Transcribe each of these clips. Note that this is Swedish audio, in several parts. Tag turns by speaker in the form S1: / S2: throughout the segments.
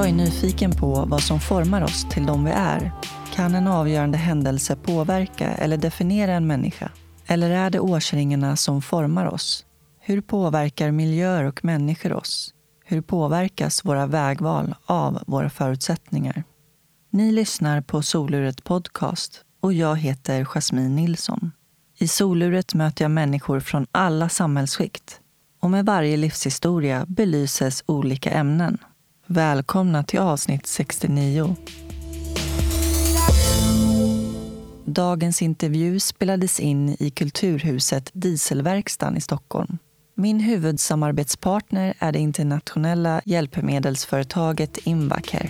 S1: jag är nyfiken på vad som formar oss till de vi är. Kan en avgörande händelse påverka eller definiera en människa? Eller är det årsringarna som formar oss? Hur påverkar miljöer och människor oss? Hur påverkas våra vägval av våra förutsättningar? Ni lyssnar på Soluret podcast och jag heter Jasmine Nilsson. I Soluret möter jag människor från alla samhällsskikt. Och med varje livshistoria belyses olika ämnen. Välkomna till avsnitt 69. Dagens intervju spelades in i Kulturhuset Dieselverkstan i Stockholm. Min huvudsamarbetspartner är det internationella hjälpmedelsföretaget Invacare.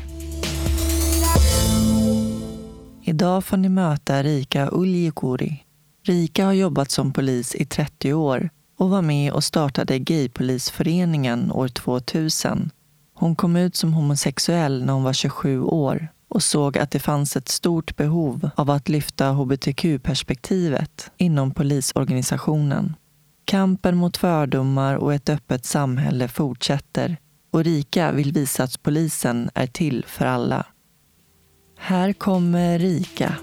S1: Idag får ni möta Riikka Uljikuri. Riikka har jobbat som polis i 30 år och var med och startade Gaypolisföreningen år 2000. Hon kom ut som homosexuell när hon var 27 år och såg att det fanns ett stort behov av att lyfta hbtq-perspektivet inom polisorganisationen. Kampen mot fördomar och ett öppet samhälle fortsätter och Riikka vill visa att polisen är till för alla. Här kommer Riikka.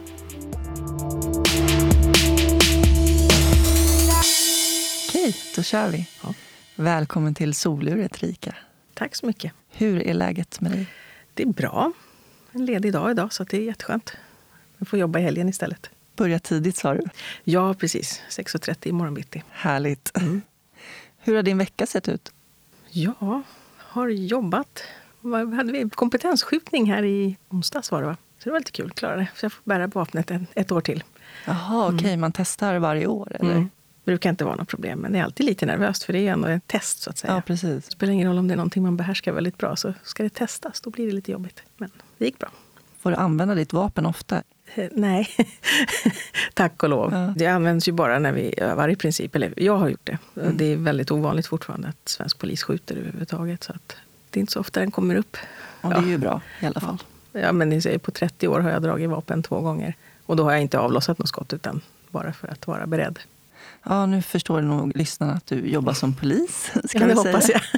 S1: Okej, då kör vi.
S2: Ja.
S1: Välkommen till Soluret, Riikka.
S2: Tack så mycket.
S1: Hur är läget med dig?
S2: Det är bra. En ledig dag idag så det är jätteskönt. Jag får jobba i helgen istället.
S1: Börja tidigt sa du?
S2: Ja, precis. 6:30 i morgon bitti.
S1: Härligt. Hur har din vecka sett ut?
S2: Ja, har jobbat. Vad hade vi? Kompetensskjutning här i onsdags var det, va? Så det var lite kul, klara det. Så jag får bära vapnet ett år till.
S1: Jaha, okej. Man testar varje år, eller?
S2: Det brukar inte vara något problem, men det är alltid lite nervöst för det är ändå ett test så att säga.
S1: Ja, precis.
S2: Det spelar ingen roll om det är någonting man behärskar väldigt bra, så ska det testas, då blir det lite jobbigt. Men det gick bra.
S1: Får du använda ditt vapen ofta?
S2: Nej, tack och lov.
S1: Ja.
S2: Det används ju bara när vi övar i princip, eller jag har gjort det. Det är väldigt ovanligt fortfarande att svensk polis skjuter överhuvudtaget, så att det är inte så ofta den kommer upp.
S1: Och det är ju bra i alla fall.
S2: Ja, men ni säger, på 30 år har jag dragit vapen 2 gånger. Och då har jag inte avlossat något skott, utan bara för att vara beredd.
S1: Ja, nu förstår nog lyssnarna att du jobbar som polis. Ska
S2: ja, det
S1: säga.
S2: hoppas jag.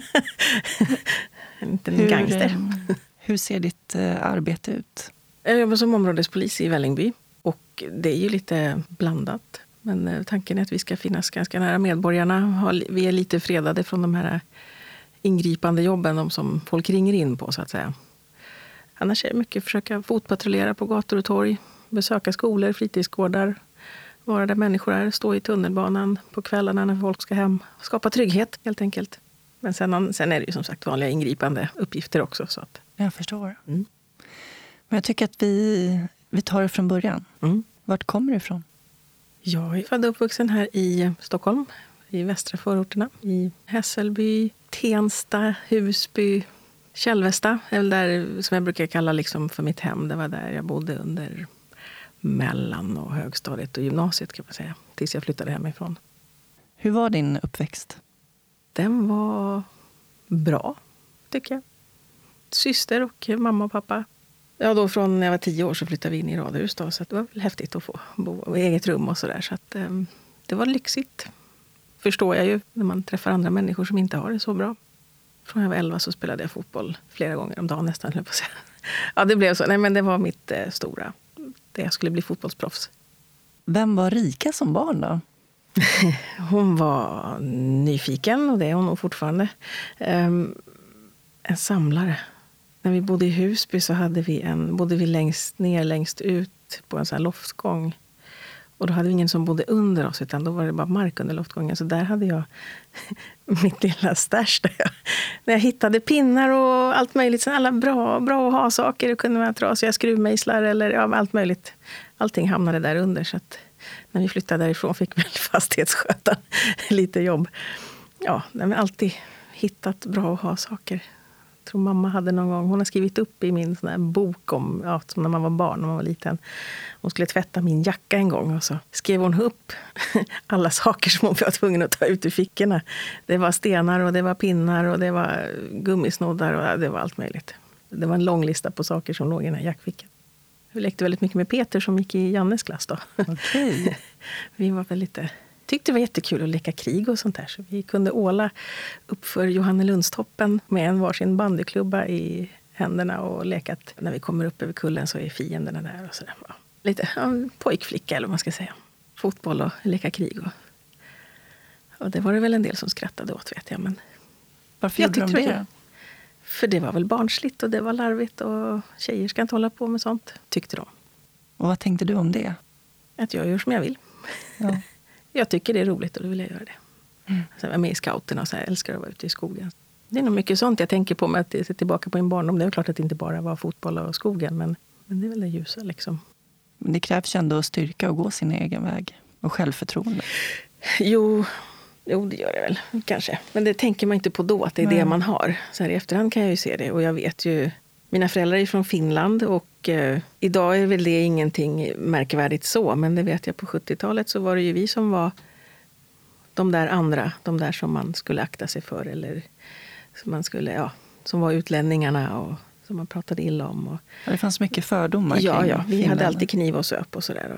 S2: En liten gangster.
S1: Hur ser ditt arbete ut?
S2: Jag jobbar som områdespolis i Vällingby. Och det är ju lite blandat. Men tanken är att vi ska finnas ganska nära medborgarna. Vi är lite fredade från de här ingripande jobben, de som folk ringer in på så att säga. Annars är det mycket att försöka fotpatrullera på gator och torg. Besöka skolor, fritidsgårdar. Vara där människor är, stå i tunnelbanan på kvällarna när folk ska hem. Skapa trygghet helt enkelt. Men sen är det ju som sagt vanliga ingripande uppgifter också. Så att.
S1: Jag förstår. Men jag tycker att vi tar det från början. Vart kommer du ifrån? Jag
S2: är född och uppvuxen här i Stockholm. I västra förorterna. I Hässelby, Tensta, Husby, Kälvesta. Är väl där som jag brukar kalla liksom för mitt hem. Det var där jag bodde under mellan- och högstadiet och gymnasiet kan man säga. Tills jag flyttade hemifrån.
S1: Hur var din uppväxt? Den
S2: var bra, tycker jag. Syster och mamma och pappa. Ja, då från när jag var 10 år så flyttade vi in i radhus då. Så det var väl häftigt att få bo i eget rum och sådär. Så att det var lyxigt. Förstår jag ju när man träffar andra människor som inte har det så bra. Från jag var 11 så spelade jag fotboll flera gånger om dagen nästan. På säga. Ja, det blev så. Nej, men det var mitt stora. Det jag skulle bli fotbollsproffs.
S1: Vem var Riikka som barn då?
S2: Hon var nyfiken och det är hon nog fortfarande. En samlare. När vi bodde i Husby så bodde vi längst ut på en sån här loftgång. Och då hade vi ingen som bodde under oss utan då var det bara mark under loftgången. Så där hade jag mitt lilla stash när jag hittade pinnar och allt möjligt. Så alla bra att ha saker. Det kunde vara trasiga skruvmejslar eller allt möjligt. Allting hamnade där under så att när vi flyttade därifrån fick väl fastighetsskötaren lite jobb. Ja, men alltid hittat bra att ha saker. Jag tror mamma hade någon gång, hon har skrivit upp i min sån här bok om, som när man var barn, när man var liten. Hon skulle tvätta min jacka en gång och så skrev hon upp alla saker som hon var tvungen att ta ut ur fickorna. Det var stenar och det var pinnar och det var gummisnoddar och det var allt möjligt. Det var en lång lista på saker som låg i den här jackfickan. Vi lekte väldigt mycket med Peter som gick i Jannes klass då.
S1: Okej.
S2: Vi var väl tyckte det var jättekul att leka krig och sånt där. Så vi kunde åla upp för Johannelundstoppen med en varsin bandyklubba i händerna och lekat. När vi kommer upp över kullen så är fienderna där och sådär. Ja, lite pojkflicka eller vad man ska säga. Fotboll och leka krig. Och det var det väl en del som skrattade åt, vet jag. Men
S1: varför gjorde de det?
S2: För det var väl barnsligt och det var larvigt och tjejer ska inte hålla på med sånt, tyckte de.
S1: Och vad tänkte du om det?
S2: Att jag gör som jag vill.
S1: Ja.
S2: Jag tycker det är roligt och då vill jag göra det. Sen var jag med i scouterna och så här, älskar att vara ute i skogen. Det är nog mycket sånt jag tänker på med att se tillbaka på min barndom. Det är klart att det inte bara var fotboll och skogen, men det är väl det ljusa liksom.
S1: Men det krävs ju ändå styrka att gå sin egen väg och självförtroende.
S2: Jo, det gör det väl kanske. Men det tänker man inte på då, att det är det man har. Så här i efterhand kan jag ju se det. Och jag vet ju, mina föräldrar är från Finland och idag är väl det ingenting märkvärdigt så. Men det vet jag, på 70-talet så var det ju vi som var de där andra. De där som man skulle akta sig för eller som man skulle, som var utlänningarna och som man pratade illa om. Och,
S1: det fanns mycket fördomar kring
S2: vi
S1: Finland.
S2: hade alltid kniv och söp och sådär.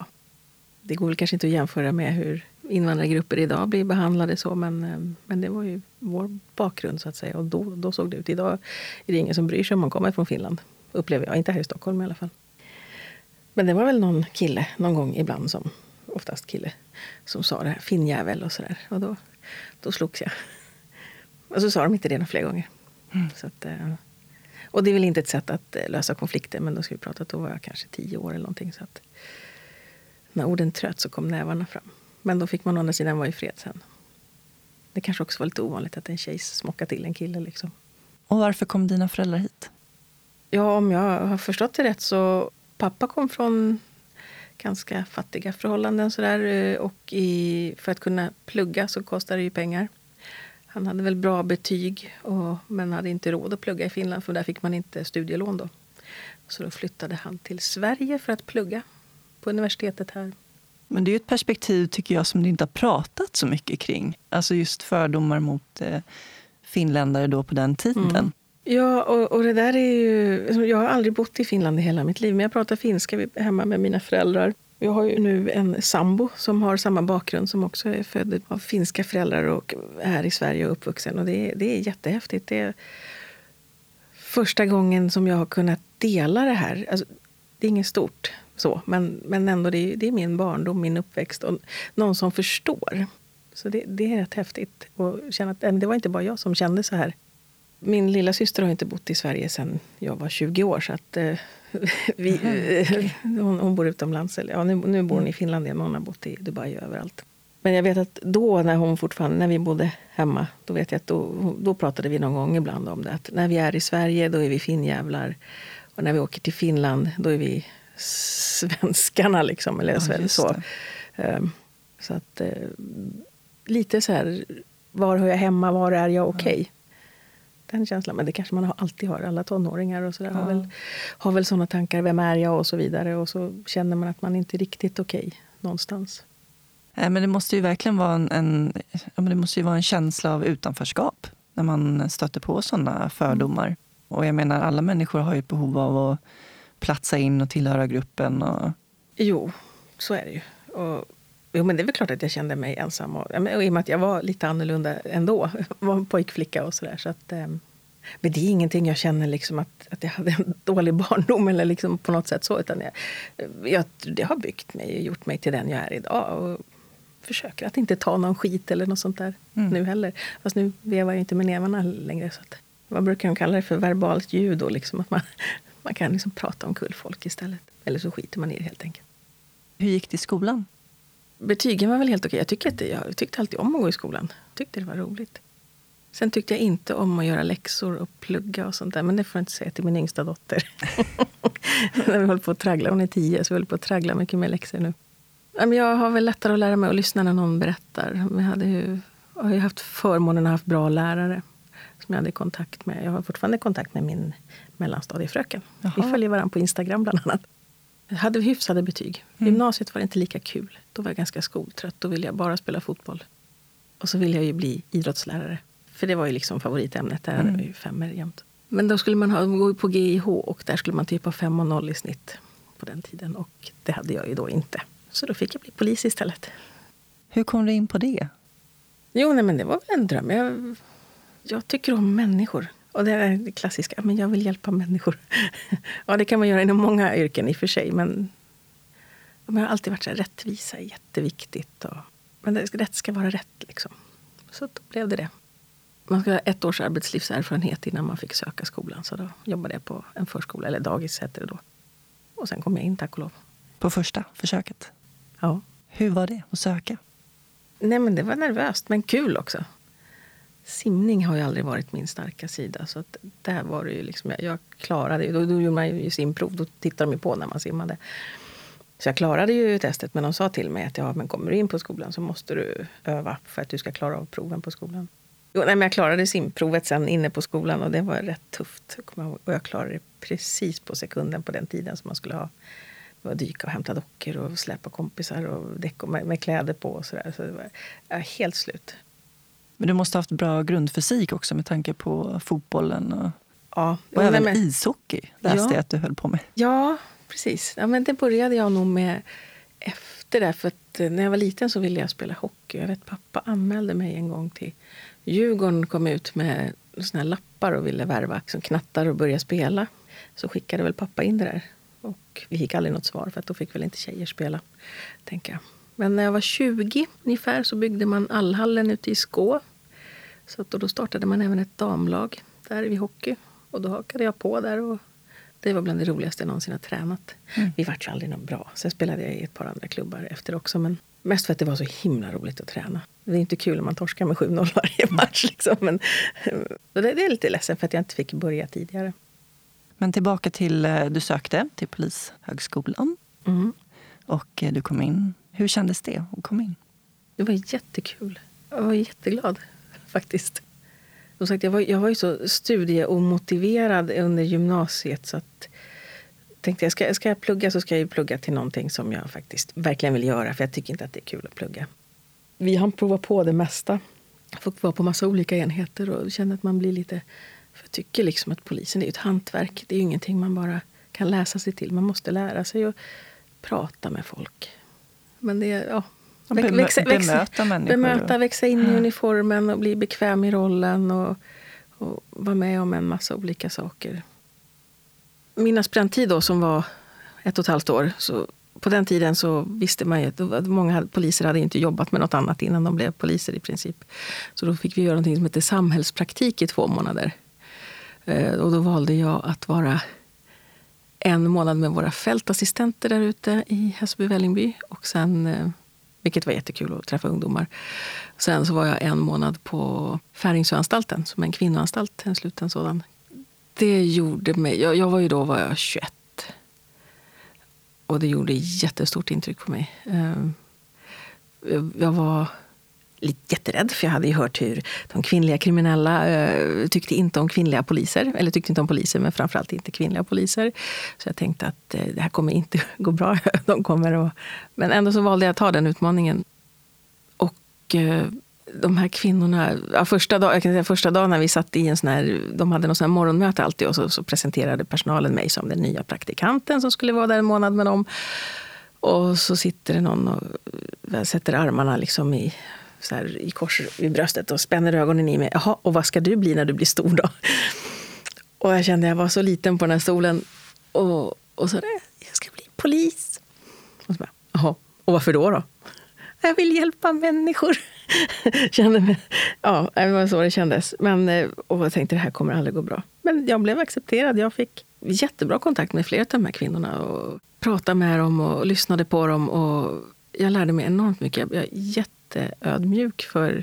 S2: Det går väl kanske inte att jämföra med hur invandrargrupper idag blir behandlade så, men det var ju vår bakgrund så att säga. Och då såg det ut. Idag är det ingen som bryr sig om man kommer från Finland. Upplever jag, inte här i Stockholm i alla fall. Men det var väl någon kille, någon gång ibland, som oftast kille, som sa det här, finnjävel och sådär. Och då slogs jag. Och så sa de inte det några fler gånger. Så att, och det är väl inte ett sätt att lösa konflikter, men då ska vi prata att då var jag kanske 10 år eller någonting. Så att när orden tröt så kom nävarna fram. Men då fick man å andra sidan vara i fred sen. Det kanske också var lite ovanligt att en tjej smockade till en kille liksom.
S1: Och varför kom dina föräldrar hit?
S2: Ja, om jag har förstått det rätt så pappa kom från ganska fattiga förhållanden sådär. Och för att kunna plugga så kostar det ju pengar. Han hade väl bra betyg men hade inte råd att plugga i Finland för där fick man inte studielån då. Så då flyttade han till Sverige för att plugga på universitetet här. Men
S1: det är ju ett perspektiv tycker jag som det inte har pratat så mycket kring. Alltså just fördomar mot finländare då på den tiden.
S2: Ja, och det där är ju... Jag har aldrig bott i Finland i hela mitt liv, men jag pratar finska hemma med mina föräldrar. Jag har ju nu en sambo som har samma bakgrund, som också är född av finska föräldrar och är här i Sverige och uppvuxen. Och det är jättehäftigt. Det är första gången som jag har kunnat dela det här. Alltså, det är inget stort så, men ändå det är min barndom, min uppväxt och någon som förstår. Så det är rätt häftigt att känna att det var inte bara jag som kände så här. Min lilla syster har inte bott i Sverige sedan jag var 20 år så att hon bor utomlands. Nu bor hon i Finland, men hon har bott i Dubai och överallt. Men jag vet att då när vi bodde hemma, då vet jag att då pratade vi någon gång ibland om det. Att när vi är i Sverige, då är vi finnjävlar. Och när vi åker till Finland, då är vi svenskarna liksom. Eller så. Så att lite så här, var hör jag hemma, var är jag okej? Den känslan, men det kanske man alltid har. Alla tonåringar och sådär har väl sådana tankar, vem är jag och så vidare. Och så känner man att man inte är riktigt okej någonstans.
S1: Men det måste ju verkligen vara det måste ju vara en känsla av utanförskap när man stöter på sådana fördomar. Och jag menar, alla människor har ju ett behov av att platsa in och tillhöra gruppen.
S2: Jo, så är det ju. Men det är väl klart att jag kände mig ensam. Och i och med att jag var lite annorlunda ändå. Jag var en pojkflicka och sådär. Så att, men det är ingenting jag känner liksom att jag hade en dålig barndom eller liksom på något sätt så. Utan det har byggt mig och gjort mig till den jag är idag. Och försöker att inte ta någon skit eller något sånt där nu heller. Fast nu vevar jag inte med nävarna längre. Så att, vad brukar de kalla det för? Verbalt ljud. Och liksom att man kan liksom prata om kull folk istället. Eller så skiter man i det helt enkelt.
S1: Hur gick det i skolan?
S2: Betygen var väl helt okej. Jag tyckte alltid om att gå i skolan. Jag tyckte det var roligt. Sen tyckte jag inte om att göra läxor och plugga och sånt där. Men det får jag inte säga till min yngsta dotter. När vi höll på att traggla. Hon är 10 så vi höll på att traggla mycket mer läxor nu. Jag har väl lättare att lära mig att lyssna när någon berättar. Jag har ju haft förmånen att ha haft bra lärare som jag hade kontakt med. Jag har fortfarande kontakt med min mellanstadiefröken.
S1: Jaha.
S2: Vi följer varandra på Instagram bland annat. Jag hade hyfsade betyg. Gymnasiet var inte lika kul. Då var jag ganska skoltrött. Då ville jag bara spela fotboll. Och så ville jag ju bli idrottslärare. För det var ju liksom favoritämnet. Där hade jag ju 5 jämt. Men då skulle man gå på GIH och där skulle man typ ha 5,0 i snitt på den tiden. Och det hade jag ju då inte. Så då fick jag bli polis istället.
S1: Hur kom du in på det?
S2: Jo, men det var väl en dröm. Jag tycker om människor. Och det är det klassiska, men jag vill hjälpa människor. Ja, det kan man göra inom många yrken i och för sig, men det har alltid varit så här, rättvisa är jätteviktigt. Men rätt ska vara rätt liksom. Så då blev det. Man ska ha 1 års arbetslivserfarenhet innan man fick söka skolan. Så då jobbade jag på en förskola, eller dagis heter det då. Och sen kom jag in, tack och lov.
S1: På första försöket?
S2: Ja.
S1: Hur var det att söka? Nej,
S2: men det var nervöst, men kul också. Simning har ju aldrig varit min starka sida. Så att där var det ju liksom, jag klarade ju. Då gjorde man ju simprov, då tittar de ju på när man simmade. Så jag klarade ju testet, men de sa till mig att men kommer du in på skolan så måste du öva för att du ska klara av proven på skolan. Men jag klarade simprovet sen inne på skolan och det var rätt tufft. Och jag klarade det precis på sekunden på den tiden som man skulle ha. Det var dyka och hämta dockor och släpa kompisar och däck med kläder på och sådär. Så det var helt slut.
S1: Men du måste ha haft bra grundfysik också med tanke på fotbollen
S2: och
S1: även ishockey läste jag att du höll på med.
S2: Ja, precis. Ja, men det började jag nog med efter det. För att när jag var liten så ville jag spela hockey. Jag vet, pappa anmälde mig en gång till Djurgården, kom ut med såna här lappar och ville värva som knattar och börja spela. Så skickade väl pappa in det där. Och vi fick aldrig något svar för att då fick väl inte tjejer spela, tänker jag. Men när jag var 20 ungefär så byggde man allhallen ute i Skå. Så att då startade man även ett damlag där vid hockey. Och då hakade jag på där och det var bland det roligaste jag någonsin har tränat. Vi var ju aldrig någon bra. Sen spelade jag i ett par andra klubbar efter också. Men mest för att det var så himla roligt att träna. Det är inte kul om man torskar med 7-0 varje match. Liksom. Men det är lite ledsen för att jag inte fick börja tidigare.
S1: Men tillbaka till, du sökte till Polishögskolan. Och du kom in. Hur kändes det att komma in?
S2: Det var jättekul. Jag var jätteglad faktiskt. Som sagt, jag var ju så studieomotiverad under gymnasiet så att tänkte jag ska jag plugga så ska jag ju plugga till någonting som jag faktiskt verkligen vill göra, för jag tycker inte att det är kul att plugga. Vi har provat på det mesta. Jag får vara på massa olika enheter och känner att man blir lite, för jag tycker liksom att polisen är ett hantverk. Det är ju ingenting man bara kan läsa sig till. Man måste lära sig att prata med folk. Men det är, bemöta, växa in i uniformen och bli bekväm i rollen och vara med om en massa olika saker. Min aspiranttid då som var 1,5 år, så på den tiden så visste man ju att många poliser hade inte jobbat med något annat innan de blev poliser i princip. Så då fick vi göra något som heter samhällspraktik i 2 månader. Och då valde jag att vara 1 månad med våra fältassistenter där ute i Hässelby-Vällingby och sen, vilket var jättekul att träffa ungdomar. Sen så var jag 1 månad på Färingsöanstalten som en kvinnoanstalt, en sluten sådan. Det gjorde mig, jag var ju då var jag 21. Och det gjorde jättestort intryck på mig. Jag var jätterädd för jag hade ju hört hur de kvinnliga kriminella tyckte inte om kvinnliga poliser. Eller tyckte inte om poliser, men framförallt inte kvinnliga poliser. Så jag tänkte att det här kommer inte gå bra. Men ändå så valde jag att ta den utmaningen. Och de här kvinnorna, första dagen när vi satt i en sån här, de hade någon sån här morgonmöte alltid och så presenterade personalen mig som den nya praktikanten som skulle vara där 1 månad med dem. Och så sitter det någon och sätter armarna liksom i kors i bröstet och spänner ögonen i mig. Jaha, och vad ska du bli när du blir stor då? Och jag kände jag var så liten på den här stolen och så jag ska bli polis. Och så bara, jaha, och varför då? Jag vill hjälpa människor. Kände mig, ja, det var så det kändes. Men, och jag tänkte det här kommer aldrig gå bra. Men jag blev accepterad. Jag fick jättebra kontakt med flera av de här kvinnorna och pratade med dem och lyssnade på dem. Och jag lärde mig enormt mycket. Jag är jätteödmjuk för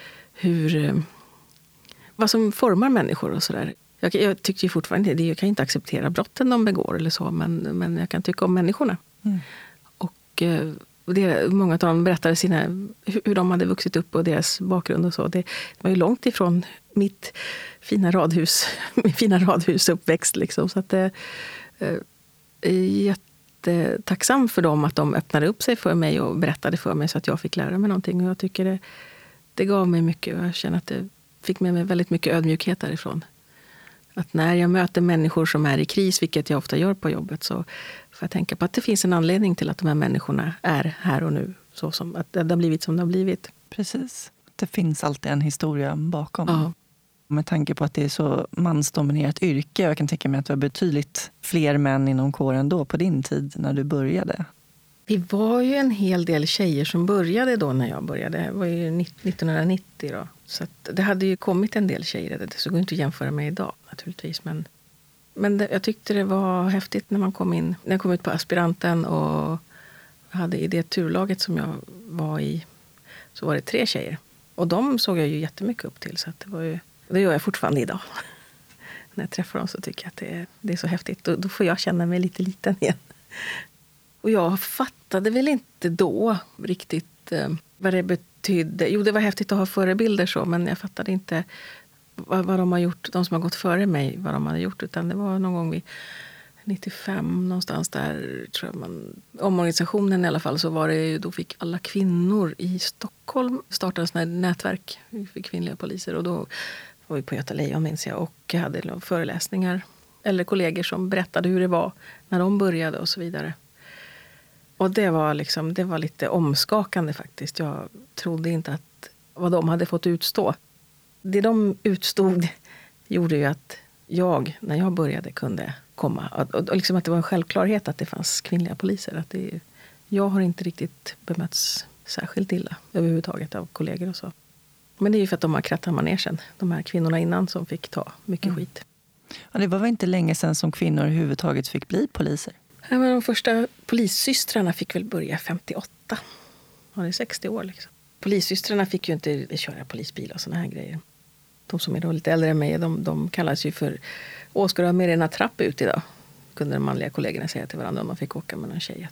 S2: vad som formar människor och sådär. Jag tycker ju fortfarande det. Jag kan inte acceptera brotten de begår eller så. Men jag kan tycka om människorna. Och många av dem berättade hur de hade vuxit upp och deras bakgrund och så. Det var ju långt ifrån min fina radhusuppväxt liksom. Så att det är jättetacksam för dem att de öppnade upp sig för mig och berättade för mig så att jag fick lära mig någonting. Och jag tycker det gav mig mycket och jag känner att det fick med mig väldigt mycket ödmjukhet därifrån. Att när jag möter människor som är i kris, vilket jag ofta gör på jobbet, så får jag tänka på att det finns en anledning till att de här människorna är här och nu. Så som att det har blivit som det har blivit.
S1: Precis. Det finns alltid en historia bakom.
S2: Ja.
S1: Med tanke på att det är så mansdominerat yrke. Jag kan tänka mig att det var betydligt fler män inom kåren då på din tid när du började.
S2: Vi var ju en hel del tjejer som började då när jag började. Det var ju 1990 då. Så att det hade ju kommit en del tjejer. Det så går inte att jämföra med idag naturligtvis. Men jag tyckte det var häftigt när man kom in. När jag kom ut på aspiranten och hade i det turlaget som jag var i, så var det 3 tjejer. Och de såg jag ju jättemycket upp till. Så att det gör jag fortfarande idag. När jag träffar dem så tycker jag att det är så häftigt. Då får jag känna mig lite liten igen. Och jag fattade väl inte då riktigt vad det betydde. Jo, det var häftigt att ha förebilder så, men jag fattade inte vad de har gjort, de som har gått före mig, vad de hade gjort. Utan det var någon gång vid 95 någonstans där, tror jag omorganisationen i alla fall, så var det, då fick alla kvinnor i Stockholm starta en sån här nätverk för kvinnliga poliser. Och då var vi på Göta Lejon, minns jag, och hade föreläsningar eller kollegor som berättade hur det var när de började och så vidare. Och det var lite omskakande faktiskt. Jag trodde inte att vad de hade fått utstå. Det de utstod gjorde ju att jag, när jag började, kunde komma. Och liksom att det var en självklarhet att det fanns kvinnliga poliser. Jag har inte riktigt bemötts särskilt illa överhuvudtaget av kollegor och så. Men det är ju för att de har krattat manegen. De här kvinnorna innan som fick ta mycket skit.
S1: Ja, det var väl inte länge sedan som kvinnor överhuvudtaget fick bli poliser?
S2: Ja, men de första polissystrarna fick väl börja 58. Ja, det är 60 år liksom. Polissystrarna fick ju inte köra polisbil och såna här grejer. De som är då lite äldre än mig, de kallas ju för ska du ha med en trapp ut idag? Kunde de manliga kollegorna säga till varandra om man fick åka med någon tjej.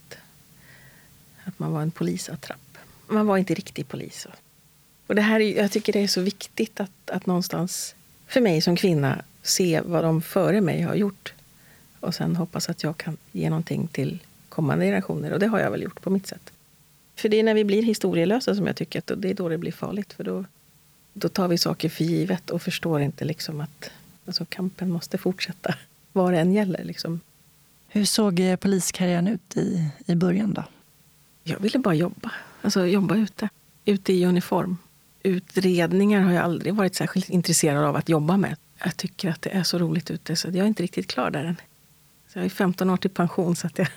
S2: Att man var en polisattrapp. Man var inte riktig polis. Och det här, jag tycker det är så viktigt att någonstans, för mig som kvinna, se vad de före mig har gjort. Och sen hoppas att jag kan ge någonting till kommande generationer. Och det har jag väl gjort på mitt sätt. För det är när vi blir historielösa som jag tycker att det är då det blir farligt. För då tar vi saker för givet och förstår inte liksom att kampen måste fortsätta. Vad det än gäller liksom.
S1: Hur såg poliskarriären ut i början då?
S2: Jag ville bara jobba. Alltså jobba ute. Ute i uniform. Utredningar har jag aldrig varit särskilt intresserad av att jobba med. Jag tycker att det är så roligt ute så jag är inte riktigt klar där än. Så jag är 15 år till pension så att jag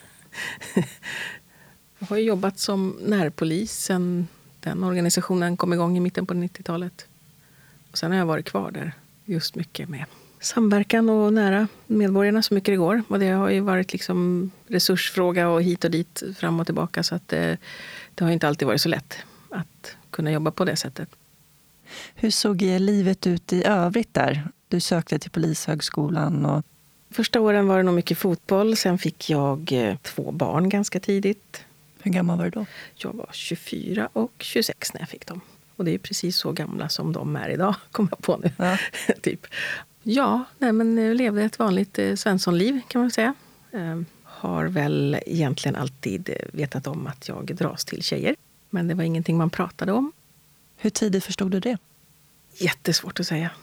S2: har jobbat som närpolis sen den organisationen kom igång i mitten på 90-talet. Och sen har jag varit kvar där just mycket med samverkan och nära medborgarna så mycket det går. Och det har ju varit liksom resursfråga och hit och dit fram och tillbaka så att det har inte alltid varit så lätt att kunna jobba på det sättet.
S1: Hur såg livet ut i övrigt där? Du sökte till Polishögskolan och...
S2: Första åren var det nog mycket fotboll. Sen fick jag 2 barn ganska tidigt.
S1: Hur gammal var du då?
S2: Jag var 24 och 26 när jag fick dem. Och det är precis så gamla som de är idag, kommer jag på nu.
S1: Ja.
S2: Typ. Ja, men jag levde ett vanligt svenssonliv kan man säga. Har väl egentligen alltid vetat om att jag dras till tjejer. Men det var ingenting man pratade om.
S1: Hur tidigt förstod du det?
S2: Jättesvårt att säga.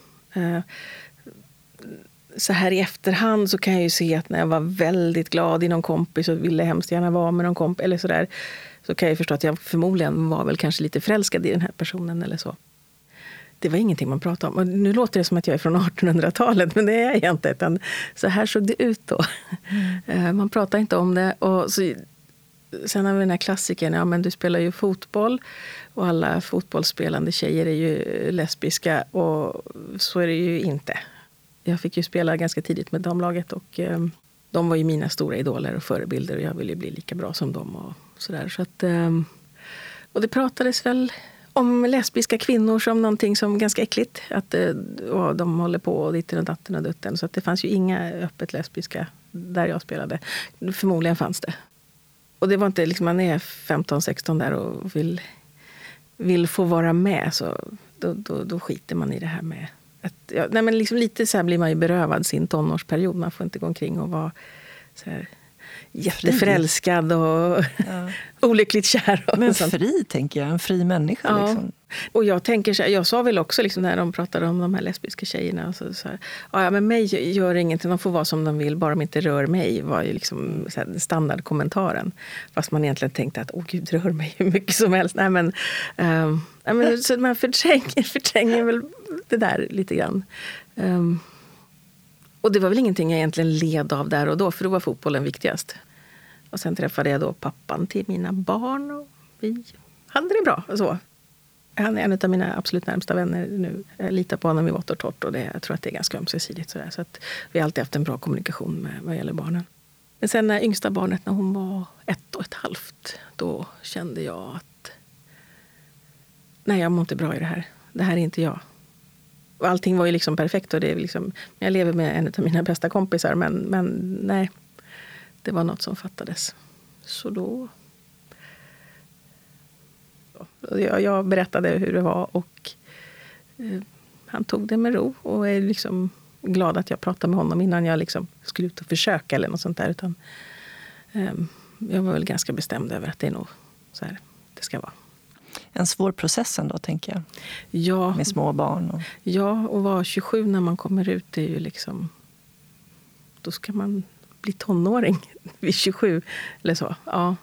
S2: Så här i efterhand så kan jag ju se att när jag var väldigt glad i någon kompis och ville hemskt gärna vara med någon kompis eller sådär, så kan jag förstå att jag förmodligen var väl kanske lite förälskad i den här personen eller så. Det var ingenting man pratade om. Och nu låter det som att jag är från 1800-talet, men det är jag inte. Utan så här såg det ut då. Man pratar inte om det. Och så, sen har vi den här klassikern, ja men du spelar ju fotboll och alla fotbollsspelande tjejer är ju lesbiska och så är det ju inte. Jag fick ju spela ganska tidigt med damlaget och de var ju mina stora idoler och förebilder och jag ville bli lika bra som dem och sådär. Så att, och det pratades väl om lesbiska kvinnor som någonting som ganska äckligt. Att de håller på och ditten och datten och dutten. Så att det fanns ju inga öppet lesbiska där jag spelade. Förmodligen fanns det. Och det var inte liksom, man är 15-16 där och vill få vara med, så då skiter man i det här med att, ja, nej men liksom lite så här blir man ju berövad sin tonårsperiod. Man får inte gå omkring och vara så här jätteförälskad och olyckligt kär. Och
S1: men
S2: sånt.
S1: fri, tänker jag. En fri människa.
S2: Ja.
S1: Liksom.
S2: Och jag tänker så här, jag sa väl också liksom, när de pratade om de här lesbiska tjejerna. Och så här, ja, men mig gör ingenting, de får vara som de vill, bara de inte rör mig. Var ju liksom så här, standardkommentaren. Fast man egentligen tänkte att gud, rör mig hur mycket som helst. Nej, men så man förtränger väl det där lite grann. Och det var väl ingenting jag egentligen led av där och då, för då var fotbollen viktigast. Och sen träffade jag då pappan till mina barn och vi hade det bra. Så. Han är en av mina absolut närmsta vänner nu. Jag litar på honom i vått och torrt och jag tror att det är ganska ömsesidigt. Så att vi har alltid haft en bra kommunikation med vad gäller barnen. Men sen när yngsta barnet, när hon var 1,5, då kände jag att nej, jag mår inte bra i det här. Det här är inte jag. Och allting var ju liksom perfekt och det är liksom, jag lever med en av mina bästa kompisar, men nej, det var något som fattades. Så då jag berättade hur det var och han tog det med ro och är liksom glad att jag pratade med honom innan jag liksom skulle ut och försöka eller något sånt där, utan jag var väl ganska bestämd över att det är nog så här det ska vara.
S1: En svår process ändå, tänker jag.
S2: Ja.
S1: Med små barn. Och...
S2: Ja, och vara 27 när man kommer ut, det är ju liksom... Då ska man bli tonåring vid 27 eller så. Ja.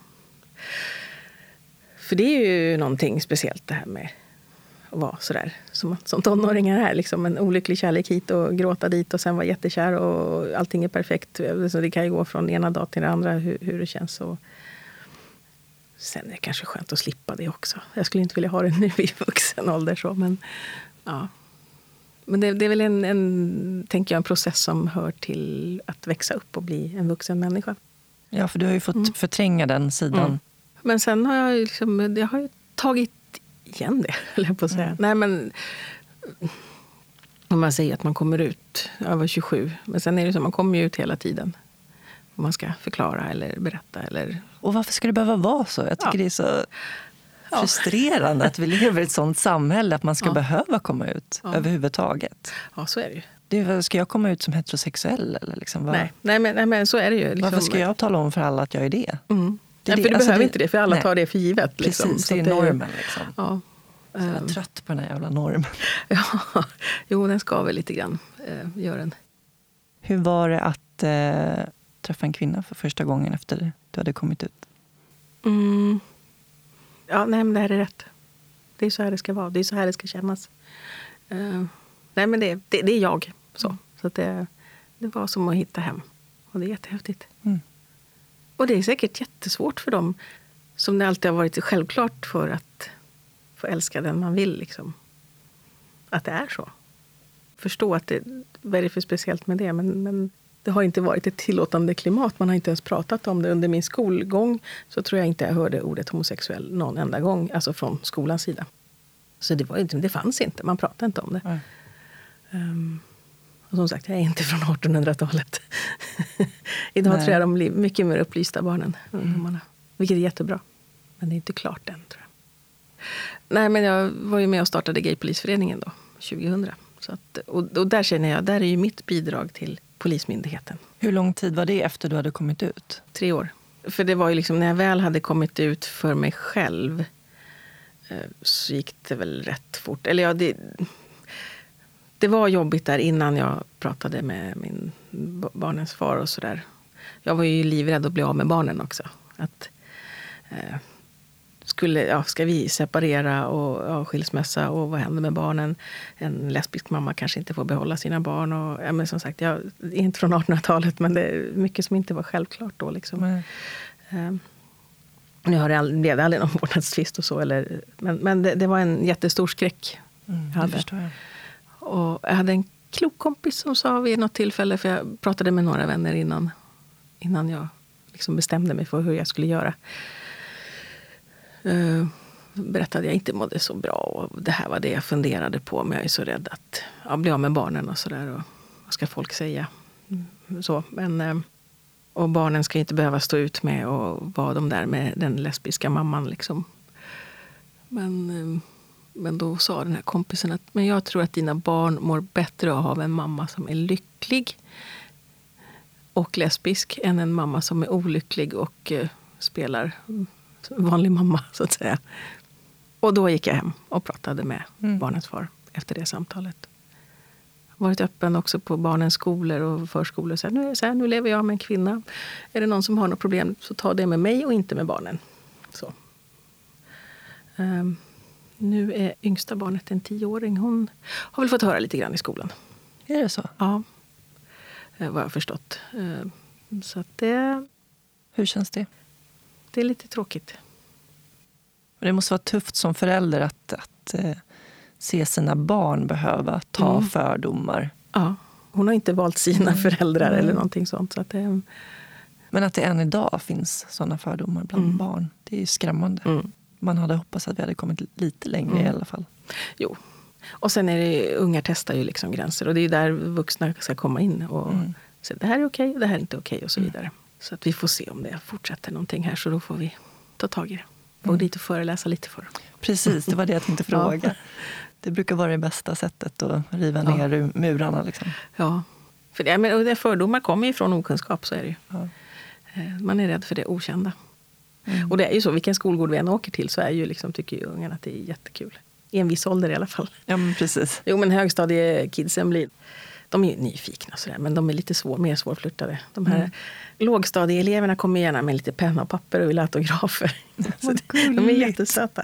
S2: För det är ju någonting speciellt det här med att vara sådär. Som tonåringar är. Liksom en olycklig kärlek hit och gråta dit och sen vara jättekär och allting är perfekt. Så det kan ju gå från ena dag till den andra hur det känns. Och sen är det kanske skönt att slippa det också. Jag skulle inte vilja ha det nu i vuxen ålder så, men ja. Men det är väl tänker jag, en process som hör till att växa upp och bli en vuxen människa.
S1: Ja, för du har ju fått förtränga den sidan. Mm.
S2: Men sen har jag har ju tagit igen det, eller jag på att säga. Nej, men om man säger att man kommer ut, jag var 27, men sen är det så man kommer ju ut hela tiden. Om man ska förklara eller berätta. Eller...
S1: Och varför ska det behöva vara så? Jag tycker det är så frustrerande att vi lever i ett sånt samhälle att man ska behöva komma ut överhuvudtaget.
S2: Ja, så är det ju.
S1: Ska jag komma ut som heterosexuell? Eller liksom,
S2: nej, men så är det ju. Liksom.
S1: Varför ska jag tala om för alla att jag är det?
S2: Mm. För du behöver inte det, för alla tar det för givet.
S1: Liksom. Precis, det är normen. Liksom. Ja. Jag är trött på den här jävla normen.
S2: Ja, jo, den ska väl lite grann göra den.
S1: Hur var det att träffa en kvinna för första gången efter du hade kommit ut?
S2: Ja, nej, men det här är rätt. Det är så här det ska vara. Det är så här det ska kännas. Nej, men det är jag. Så att det var som att hitta hem. Och det är jättehäftigt. Och det är säkert jättesvårt för dem som det alltid har varit självklart för att få älska den man vill. Liksom. Att det är så. Förstå att vad är det för speciellt med det. Men det har inte varit ett tillåtande klimat. Man har inte ens pratat om det. Under min skolgång så tror jag inte jag hörde ordet homosexuell någon enda gång. Alltså från skolans sida. Så det fanns inte. Man pratade inte om det. Och som sagt, jag är inte från 1800-talet. Idag tror jag de blir mycket mer upplysta, barnen. Vilket är jättebra. Men det är inte klart än, tror jag. Nej, men jag var ju med och startade Gaypolisföreningen då, 2000. Så att, och där känner jag, där är ju mitt bidrag till Polismyndigheten.
S1: Hur lång tid var det efter du hade kommit ut?
S2: 3 år. För det var ju liksom, när jag väl hade kommit ut för mig själv så gick det väl rätt fort. Eller ja, det var jobbigt där innan jag pratade med min barnens far och sådär. Jag var ju livrädd att bli av med barnen också. Att ska vi separera och skilsmässa och vad händer med barnen? En lesbisk mamma kanske inte får behålla sina barn. Och, men som sagt, jag är inte från 1800-talet, men det är mycket som inte var självklart då. Liksom. Nu blev det aldrig någon vårdnadstvist och så. Men det var en jättestor skräck.
S1: Det förstår jag.
S2: Och jag hade en klok kompis som sa vid något tillfälle, för jag pratade med några vänner innan jag liksom bestämde mig för hur jag skulle göra. Berättade jag inte mådde så bra och det här var det jag funderade på, men jag är så rädd att bli av med barnen och sådär, och vad ska folk säga? Så, men och barnen ska inte behöva stå ut med och vara de där med den lesbiska mamman liksom. Men då sa den här kompisen att jag tror att dina barn mår bättre av en mamma som är lycklig och lesbisk än en mamma som är olycklig och spelar vanlig mamma, så att säga. Och då gick jag hem och pratade med barnets far efter det samtalet. Varit öppen också på barnens skolor och förskolor. Så nu lever jag med en kvinna. Är det någon som har något problem så ta det med mig och inte med barnen. Så. Nu är yngsta barnet en 10-åring. Hon har väl fått höra lite grann i skolan.
S1: Är det så?
S2: Ja, vad jag förstått. Så att det...
S1: Hur känns det?
S2: Det är lite tråkigt.
S1: Det måste vara tufft som förälder att se sina barn behöva ta fördomar.
S2: Ja, hon har inte valt sina föräldrar eller någonting sånt. Så att det...
S1: Men att det än idag finns sådana fördomar bland barn, det är ju skrämmande. Man hade hoppats att vi hade kommit lite längre i alla fall.
S2: Jo. Och sen är det, unga testar ju liksom gränser. Och det är ju där vuxna ska komma in och säga det här är okej och det här är inte okej och så vidare. Så att vi får se om det fortsätter någonting här, så då får vi ta tag i det. Och dit och föreläsa lite för.
S1: Precis, det var det jag tänkte fråga. Ja. Det brukar vara det bästa sättet att riva ner murarna. Liksom.
S2: Ja, för det fördomar kommer ju från okunskap, så är det ju. Ja. Man är rädd för det okända. Och det är ju så, vilken skolgård vi än åker till så är ju liksom, tycker ju ungarna att det är jättekul. I en viss ålder i alla fall.
S1: Ja, men precis.
S2: Jo, men högstadiekidsen de är ju nyfikna sådär, men de är lite mer svårflörtade. De här lågstadieeleverna kommer gärna med lite penna och papper och vill ha autografer. Så de är jättesöta.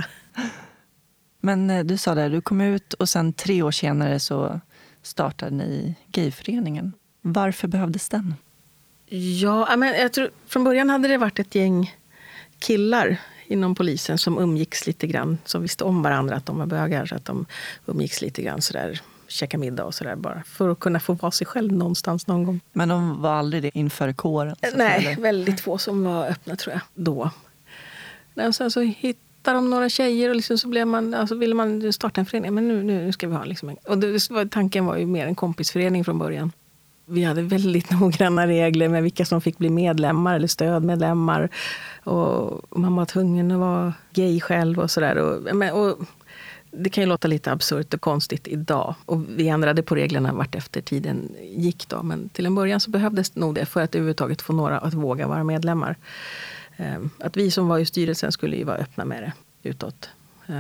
S2: Men
S1: du sa det, du kom ut och sen 3 år senare så startade ni gayföreningen. Varför behövdes den?
S2: Ja, men jag tror från början hade det varit ett gäng killar inom polisen som umgicks lite grann, som visste om varandra att de var bögar, så att de umgicks lite grann sådär, käka middag och sådär, bara för att kunna få vara sig själv någonstans någon gång.
S1: Men de var aldrig det inför kåren?
S2: Nej, väldigt få som var öppna, tror jag, då. Och sen så hittade de några tjejer och liksom så blev ville man starta en förening. Men nu ska vi ha liksom tanken var ju mer en kompisförening från början. Vi hade väldigt noggranna regler med vilka som fick bli medlemmar eller stödmedlemmar. Och man var tvungen att vara gay själv och sådär. Och det kan ju låta lite absurt och konstigt idag. Och vi ändrade på reglerna vart efter tiden gick då. Men till en början så behövdes nog det för att överhuvudtaget få några att våga vara medlemmar. Att vi som var i styrelsen skulle ju vara öppna med det utåt.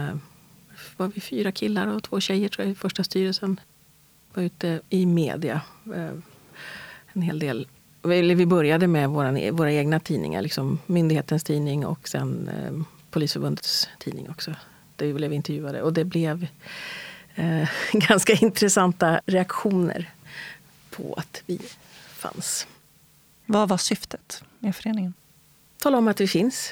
S2: Var vi 4 killar och 2 tjejer, tror jag, i första styrelsen. Var ute i media en hel del. Vi började med våra egna tidningar, liksom myndighetens tidning och sen Polisförbundets tidning också. Där vi blev intervjuade och det blev ganska intressanta reaktioner på att vi fanns.
S1: Vad var syftet med föreningen?
S2: Tala om att vi finns.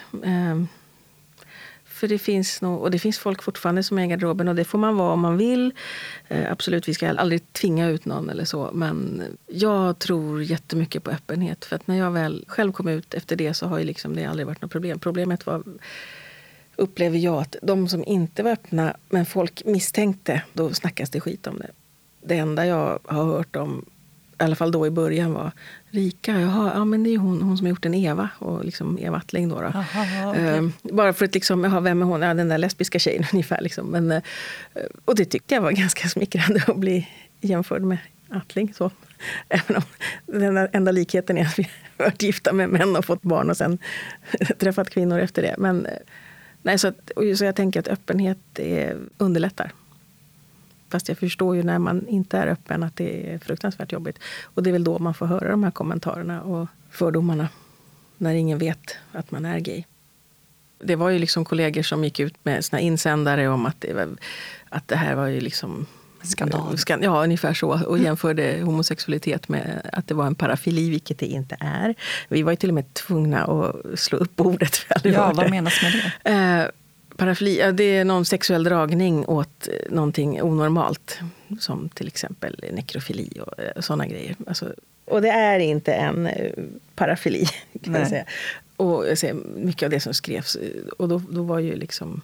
S2: För det finns och det finns folk fortfarande som är i garderoben och det får man vara om man vill. Absolut, vi ska aldrig tvinga ut någon eller så. Men jag tror jättemycket på öppenhet. För att när jag väl själv kom ut efter det så har ju liksom det aldrig varit något problem. Problemet var, upplever jag, att de som inte var öppna men folk misstänkte, då snackas det skit om det. Det enda jag har hört om, i alla fall då i början, var Rika, ja men det är hon som har gjort en Eva och liksom Eva Attling då.
S1: Aha, okay.
S2: Bara för att liksom, vem är hon? Ja, den där lesbiska tjejen ungefär liksom. Men, och det tyckte jag var ganska smickrande att bli jämförd med Attling så. Även om den enda likheten är att vi har varit gifta med män och fått barn och sen träffat kvinnor efter det. Men nej, så jag tänker att öppenhet underlättar. Fast jag förstår ju när man inte är öppen att det är fruktansvärt jobbigt. Och det är väl då man får höra de här kommentarerna och fördomarna. När ingen vet att man är gay. Det var ju liksom kollegor som gick ut med såna insändare om att det här var ju liksom
S1: skandal.
S2: Ja, ungefär så. Och jämförde homosexualitet med att det var en parafili, vilket det inte är. Vi var ju till och med tvungna att slå upp ordet.
S1: Ja, vad menas med det?
S2: Parafili, det är någon sexuell dragning åt någonting onormalt. Som till exempel nekrofili och sådana grejer. Alltså, och det är inte en parafili, kan jag säga. Och jag säger, mycket av det som skrevs. Och då var ju liksom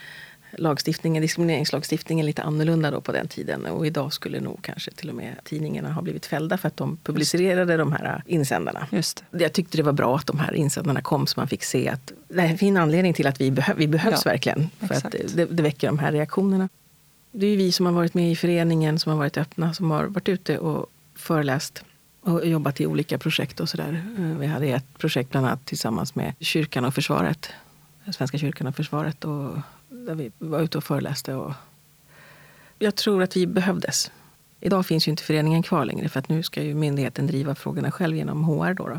S2: diskrimineringslagstiftningen lite annorlunda då på den tiden. Och idag skulle nog kanske till och med tidningarna ha blivit fällda för att de publicerade de här insändarna.
S1: Just det.
S2: Jag tyckte det var bra att de här insändarna kom så man fick se att det finns en anledning till att vi behövs verkligen. För
S1: exakt.
S2: att det väcker de här reaktionerna. Det är ju vi som har varit med i föreningen, som har varit öppna, som har varit ute och föreläst och jobbat i olika projekt och sådär. Vi hade ett projekt bland annat tillsammans med kyrkan och försvaret. Svenska kyrkan och försvaret. Och där vi var ute och föreläste. Och jag tror att vi behövdes. Idag finns ju inte föreningen kvar längre. För att nu ska ju myndigheten driva frågorna själv genom HR då.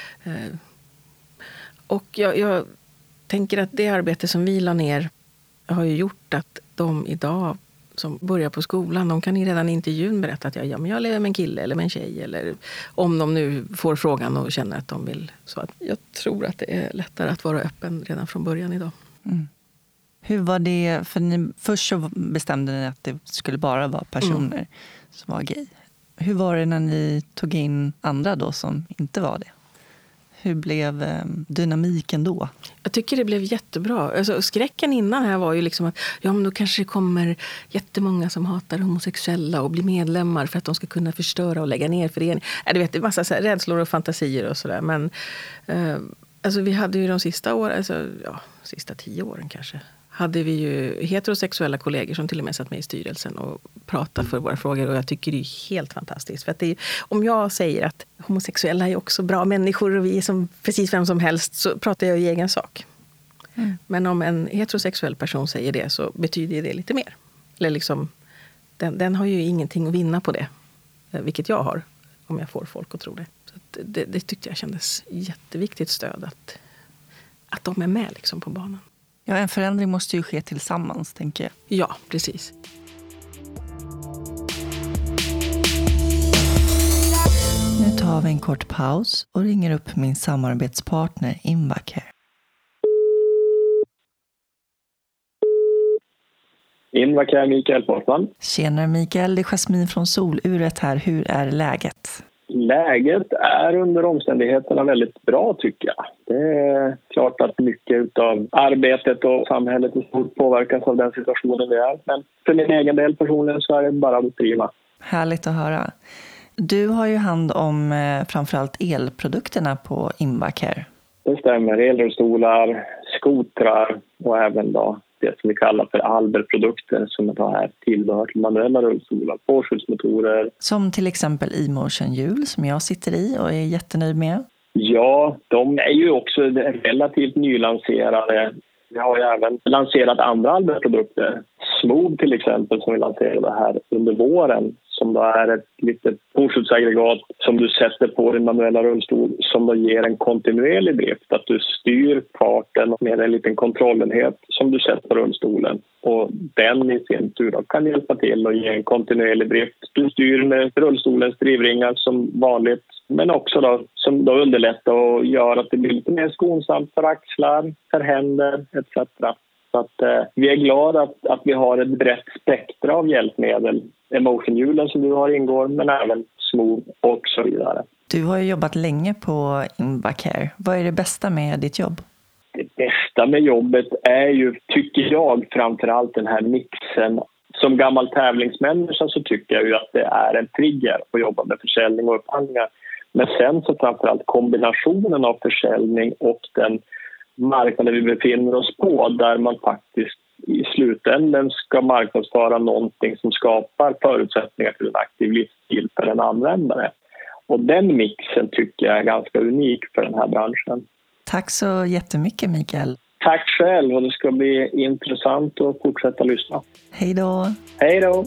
S2: Och jag tänker att det arbete som vi la ner har ju gjort att de idag som börjar på skolan, de kan ju redan i intervjun berätta att jag lever med en kille eller med en tjej. Eller om de nu får frågan och känner att de vill. Så att jag tror att det är lättare att vara öppen redan från början idag.
S1: Mm. Hur var det, för först så bestämde ni att det skulle bara vara personer som var gay. Hur var det när ni tog in andra då som inte var det? Hur blev dynamiken då?
S2: Jag tycker det blev jättebra. Alltså, skräcken innan här var ju liksom att men då kanske det kommer jättemånga som hatar homosexuella och blir medlemmar för att de ska kunna förstöra och lägga ner föreningen. Du vet, det är massa så här rädslor och fantasier och sådär. Men alltså, vi hade ju de sista åren, sista 10 åren kanske, hade vi ju heterosexuella kollegor som till och med satt med i styrelsen och pratade för våra frågor. Och jag tycker det är helt fantastiskt. För att om jag säger att homosexuella är också bra människor och vi är som precis vem som helst, så pratar jag i egen sak. Mm. Men om en heterosexuell person säger det, så betyder det lite mer. Eller liksom, den har ju ingenting att vinna på det. Vilket jag har, om jag får folk att tro det. Så att det tyckte jag kändes jätteviktigt stöd. Att de är med liksom på banan.
S1: Ja, en förändring måste ju ske tillsammans, tänker jag.
S2: Ja, precis.
S1: Nu tar vi en kort paus och ringer upp min samarbetspartner Invacare.
S3: Invacare, Mikael Portman.
S1: Tjenare Mikael, det är Jasmin från Soluret här. Hur är läget?
S3: Läget är under omständigheterna väldigt bra, tycker jag. Det är klart att mycket av arbetet och samhället i stort påverkas av den situationen vi är. Men för min egen del personligen så är det bara att prima.
S1: Härligt att höra. Du har ju hand om framförallt elprodukterna på Invacare.
S3: Det stämmer. Elrullstolar, skotrar och även då det som vi kallar för Alber-produkter som är tillbehör till manuella rullstolar, påskjutsmotorer.
S1: Som till exempel e-motion-hjul som jag sitter i och är jättenöjd med.
S3: Ja, de är ju också relativt nylanserade. Vi har ju även lanserat andra Alber-produkter. Smooth till exempel som vi lanserade här under våren. Som då är ett litet påskjutsaggregat som du sätter på din manuella rullstol som då ger en kontinuerlig drift. Att du styr farten med en liten kontrollenhet som du sätter på rullstolen. Och den i sin tur då kan hjälpa till att ge en kontinuerlig drift. Du styr med rullstolens drivringar som vanligt. Men också då, som då underlättar och gör att det blir lite mer skonsamt för axlar, för händer etc. Så att vi är glada att vi har ett brett spektra av hjälpmedel. Emotion-hjulen som du har ingår, men även Smooth och så vidare.
S1: Du har ju jobbat länge på Invacare. Vad är det bästa med ditt jobb?
S3: Det bästa med jobbet är ju, tycker jag, framförallt den här mixen. Som gammal tävlingsmänniska så tycker jag ju att det är en trigger att jobba med försäljning och upphandlingar. Men sen så framförallt kombinationen av försäljning och den marknaden vi befinner oss på, där man faktiskt i slutändan ska marknadsföra någonting som skapar förutsättningar för en aktiv livsstil för en användare. Och den mixen tycker jag är ganska unik för den här branschen.
S1: Tack så jättemycket Mikael.
S3: Tack själv, och det ska bli intressant att fortsätta lyssna.
S1: Hej då.
S3: Hej då.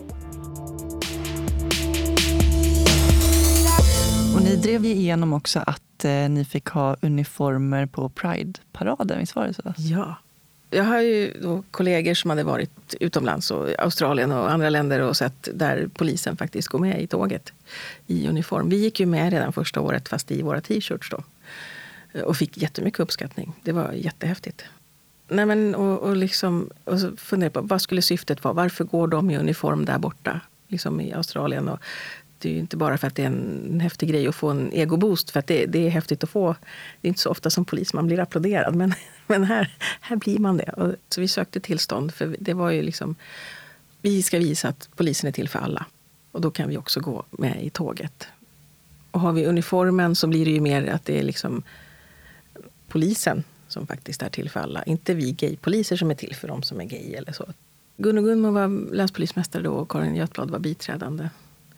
S1: Och ni drev ju igenom också att ni fick ha uniformer på Pride-paraden, visst var det så?
S2: Ja. Jag har ju då kollegor som hade varit utomlands och Australien och andra länder och sett där polisen faktiskt går med i tåget i uniform. Vi gick ju med redan första året fast i våra t-shirts då. Och fick jättemycket uppskattning. Det var jättehäftigt. Nej men, och så funderade på vad skulle syftet vara? Varför går de i uniform där borta? Liksom i Australien. Och det är ju inte bara för att det är en häftig grej att få en egoboost. För att det är häftigt att få. Det är inte så ofta som polis man blir applåderad. Men här blir man det. Och så vi sökte tillstånd. För det var ju liksom, vi ska visa att polisen är till för alla. Och då kan vi också gå med i tåget. Och har vi uniformen så blir det ju mer att det är liksom polisen som faktiskt är till för alla. Inte vi gaypoliser som är till för dem som är gay eller så. Gunno var länspolismästare då och Karin Götblad var biträdande.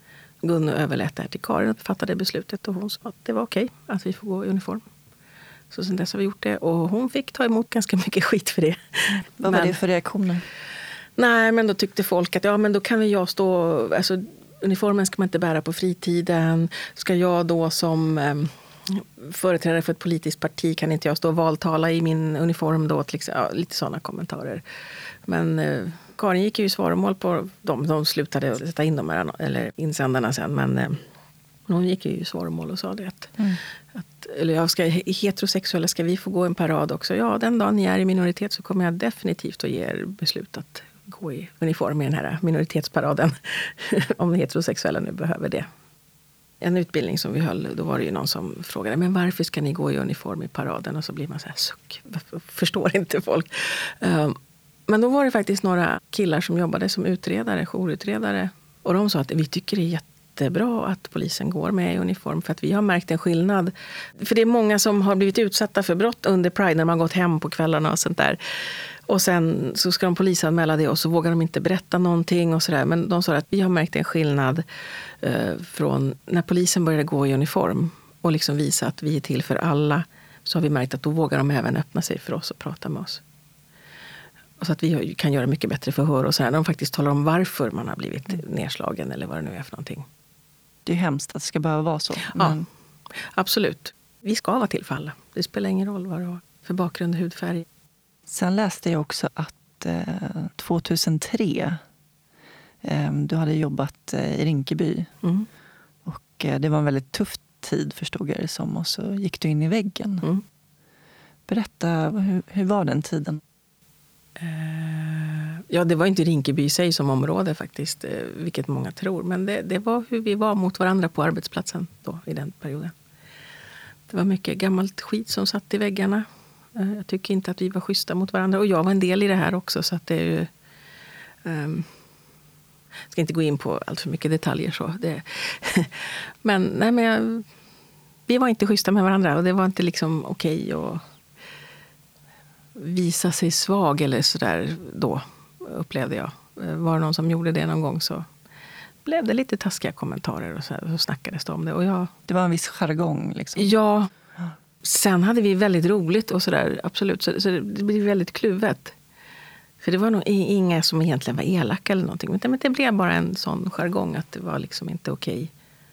S2: Gunno överlät det här till Karin och fattade beslutet. Och hon sa att det var okej att vi får gå i uniform. Så sen dess har vi gjort det. Och hon fick ta emot ganska mycket skit för det.
S1: Vad var det för reaktioner?
S2: Nej, men då tyckte folk att men då kan jag stå... Alltså, uniformen ska man inte bära på fritiden. Ska jag då som företrädare för ett politiskt parti, kan inte jag stå och valtala i min uniform då? Lite sådana kommentarer. Men Karin gick ju i svaromål på dem. De slutade sätta in de här, eller insändarna sen. Men hon gick ju i svaromål och sa det heterosexuella, ska vi få gå en parad också? Ja, den dagen ni är i minoritet så kommer jag definitivt att ge er beslut att gå i uniform i den här minoritetsparaden. Om heterosexuella nu behöver det. En utbildning som vi höll, då var det ju någon som frågade, men varför ska ni gå i uniform i paraden? Och så blir man så här, suck, förstår inte folk. Men då var det faktiskt några killar som jobbade som utredare, jourutredare. Och de sa att vi tycker det är jättebra att polisen går med i uniform, för att vi har märkt en skillnad. För det är många som har blivit utsatta för brott under Pride när man gått hem på kvällarna och sånt där. Och sen så ska de polisanmäla det och så vågar de inte berätta någonting och sådär. Men de sa att vi har märkt en skillnad från när polisen började gå i uniform och liksom visa att vi är till för alla, så har vi märkt att då vågar de även öppna sig för oss och prata med oss. Och så att vi kan göra mycket bättre förhör och så här. De faktiskt talar om varför man har blivit nedslagen eller vad det nu är för någonting.
S1: Det är hemskt att det ska behöva vara så. Men...
S2: Ja, absolut. Vi ska vara till för alla. Det spelar ingen roll vad det har för bakgrund och hudfärg.
S1: Sen läste jag också att 2003 du hade jobbat i Rinkeby.
S2: Mm.
S1: Och det var en väldigt tuff tid, förstod jag det som. Och så gick du in i väggen.
S2: Mm.
S1: Berätta, hur var den tiden?
S2: Ja, det var inte Rinkeby i sig som område faktiskt, vilket många tror. Men det var hur vi var mot varandra på arbetsplatsen då, i den perioden. Det var mycket gammalt skit som satt i väggarna. Jag tycker inte att vi var schyssta mot varandra. Och jag var en del i det här också, så att det är ju... ska inte gå in på allt för mycket detaljer så. Men vi var inte schyssta med varandra och det var inte liksom okej att visa sig svag eller sådär då, upplevde jag. Var det någon som gjorde det någon gång så blev det lite taskiga kommentarer och så snackades det om det. Och
S1: det var en viss jargong liksom.
S2: Ja. Sen hade vi väldigt roligt och sådär, absolut. Så det blev väldigt kluvet. För det var nog inga som egentligen var elaka eller någonting. Men det blev bara en sån jargong att det var liksom inte okej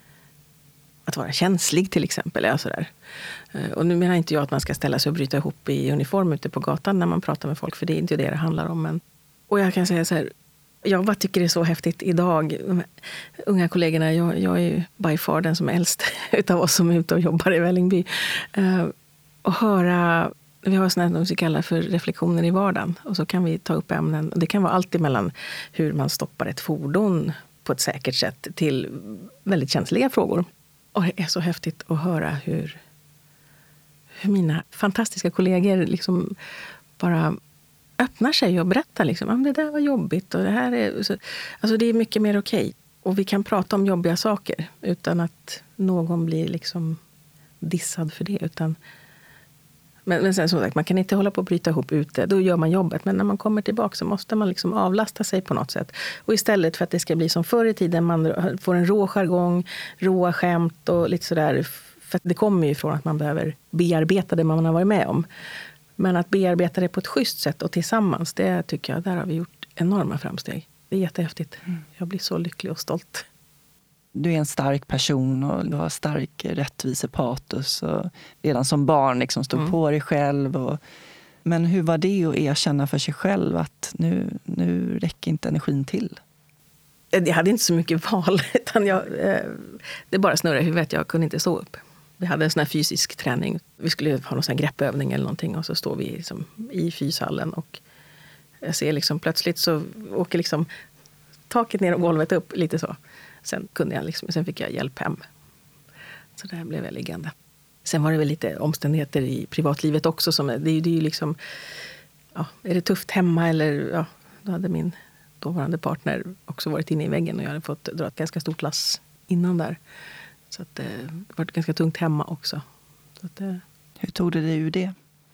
S2: att vara känslig till exempel. Ja, sådär. Och nu menar inte jag att man ska ställa sig och bryta ihop i uniform ute på gatan när man pratar med folk. För det är inte det handlar om. Men, och jag kan säga så här, jag bara tycker det är så häftigt idag. De unga kollegorna, jag är ju by far den som är äldst utav oss som är ute och jobbar i Vällingby. Och höra, vi har sådana som vi kallar för reflektioner i vardagen. Och så kan vi ta upp ämnen. Och det kan vara allt emellan hur man stoppar ett fordon på ett säkert sätt till väldigt känsliga frågor. Och det är så häftigt att höra hur mina fantastiska kollegor liksom bara öppnar sig och berättar liksom, det där var jobbigt och det här är... Så, alltså det är mycket mer okej. Och vi kan prata om jobbiga saker utan att någon blir liksom dissad för det. Men sen som sagt, man kan inte hålla på att bryta ihop ute. Då gör man jobbet. Men när man kommer tillbaka så måste man liksom avlasta sig på något sätt. Och istället för att det ska bli som förr i tiden, man får en rå jargong, råa skämt och lite sådär. För det kommer ju från att man behöver bearbeta det man har varit med om. Men att bearbeta det på ett schysst sätt och tillsammans, det tycker jag, där har vi gjort enorma framsteg. Det är jättehäftigt. Jag blir så lycklig och stolt.
S1: Du är en stark person och du har stark rättvisepatos och redan som barn liksom stod på dig själv. Men hur var det att erkänna för sig själv att nu räcker inte energin till?
S2: Jag hade inte så mycket val, utan det bara snurrade i huvudet. Jag kunde inte stå upp. Vi hade en sån här fysisk träning. Vi skulle ha någon sån här greppövning eller någonting och så står vi liksom i fyshallen och jag ser liksom plötsligt så åker liksom taket ner och golvet upp lite så. Sen fick jag hjälp hem. Så där blev jag liggande. Sen var det väl lite omständigheter i privatlivet också. Det är ju liksom, ja, är det tufft hemma eller då hade min dåvarande partner också varit inne i väggen och jag hade fått dra ett ganska stort lass innan där. Så att det var ganska tungt hemma också. Så att,
S1: hur tog du dig ur det?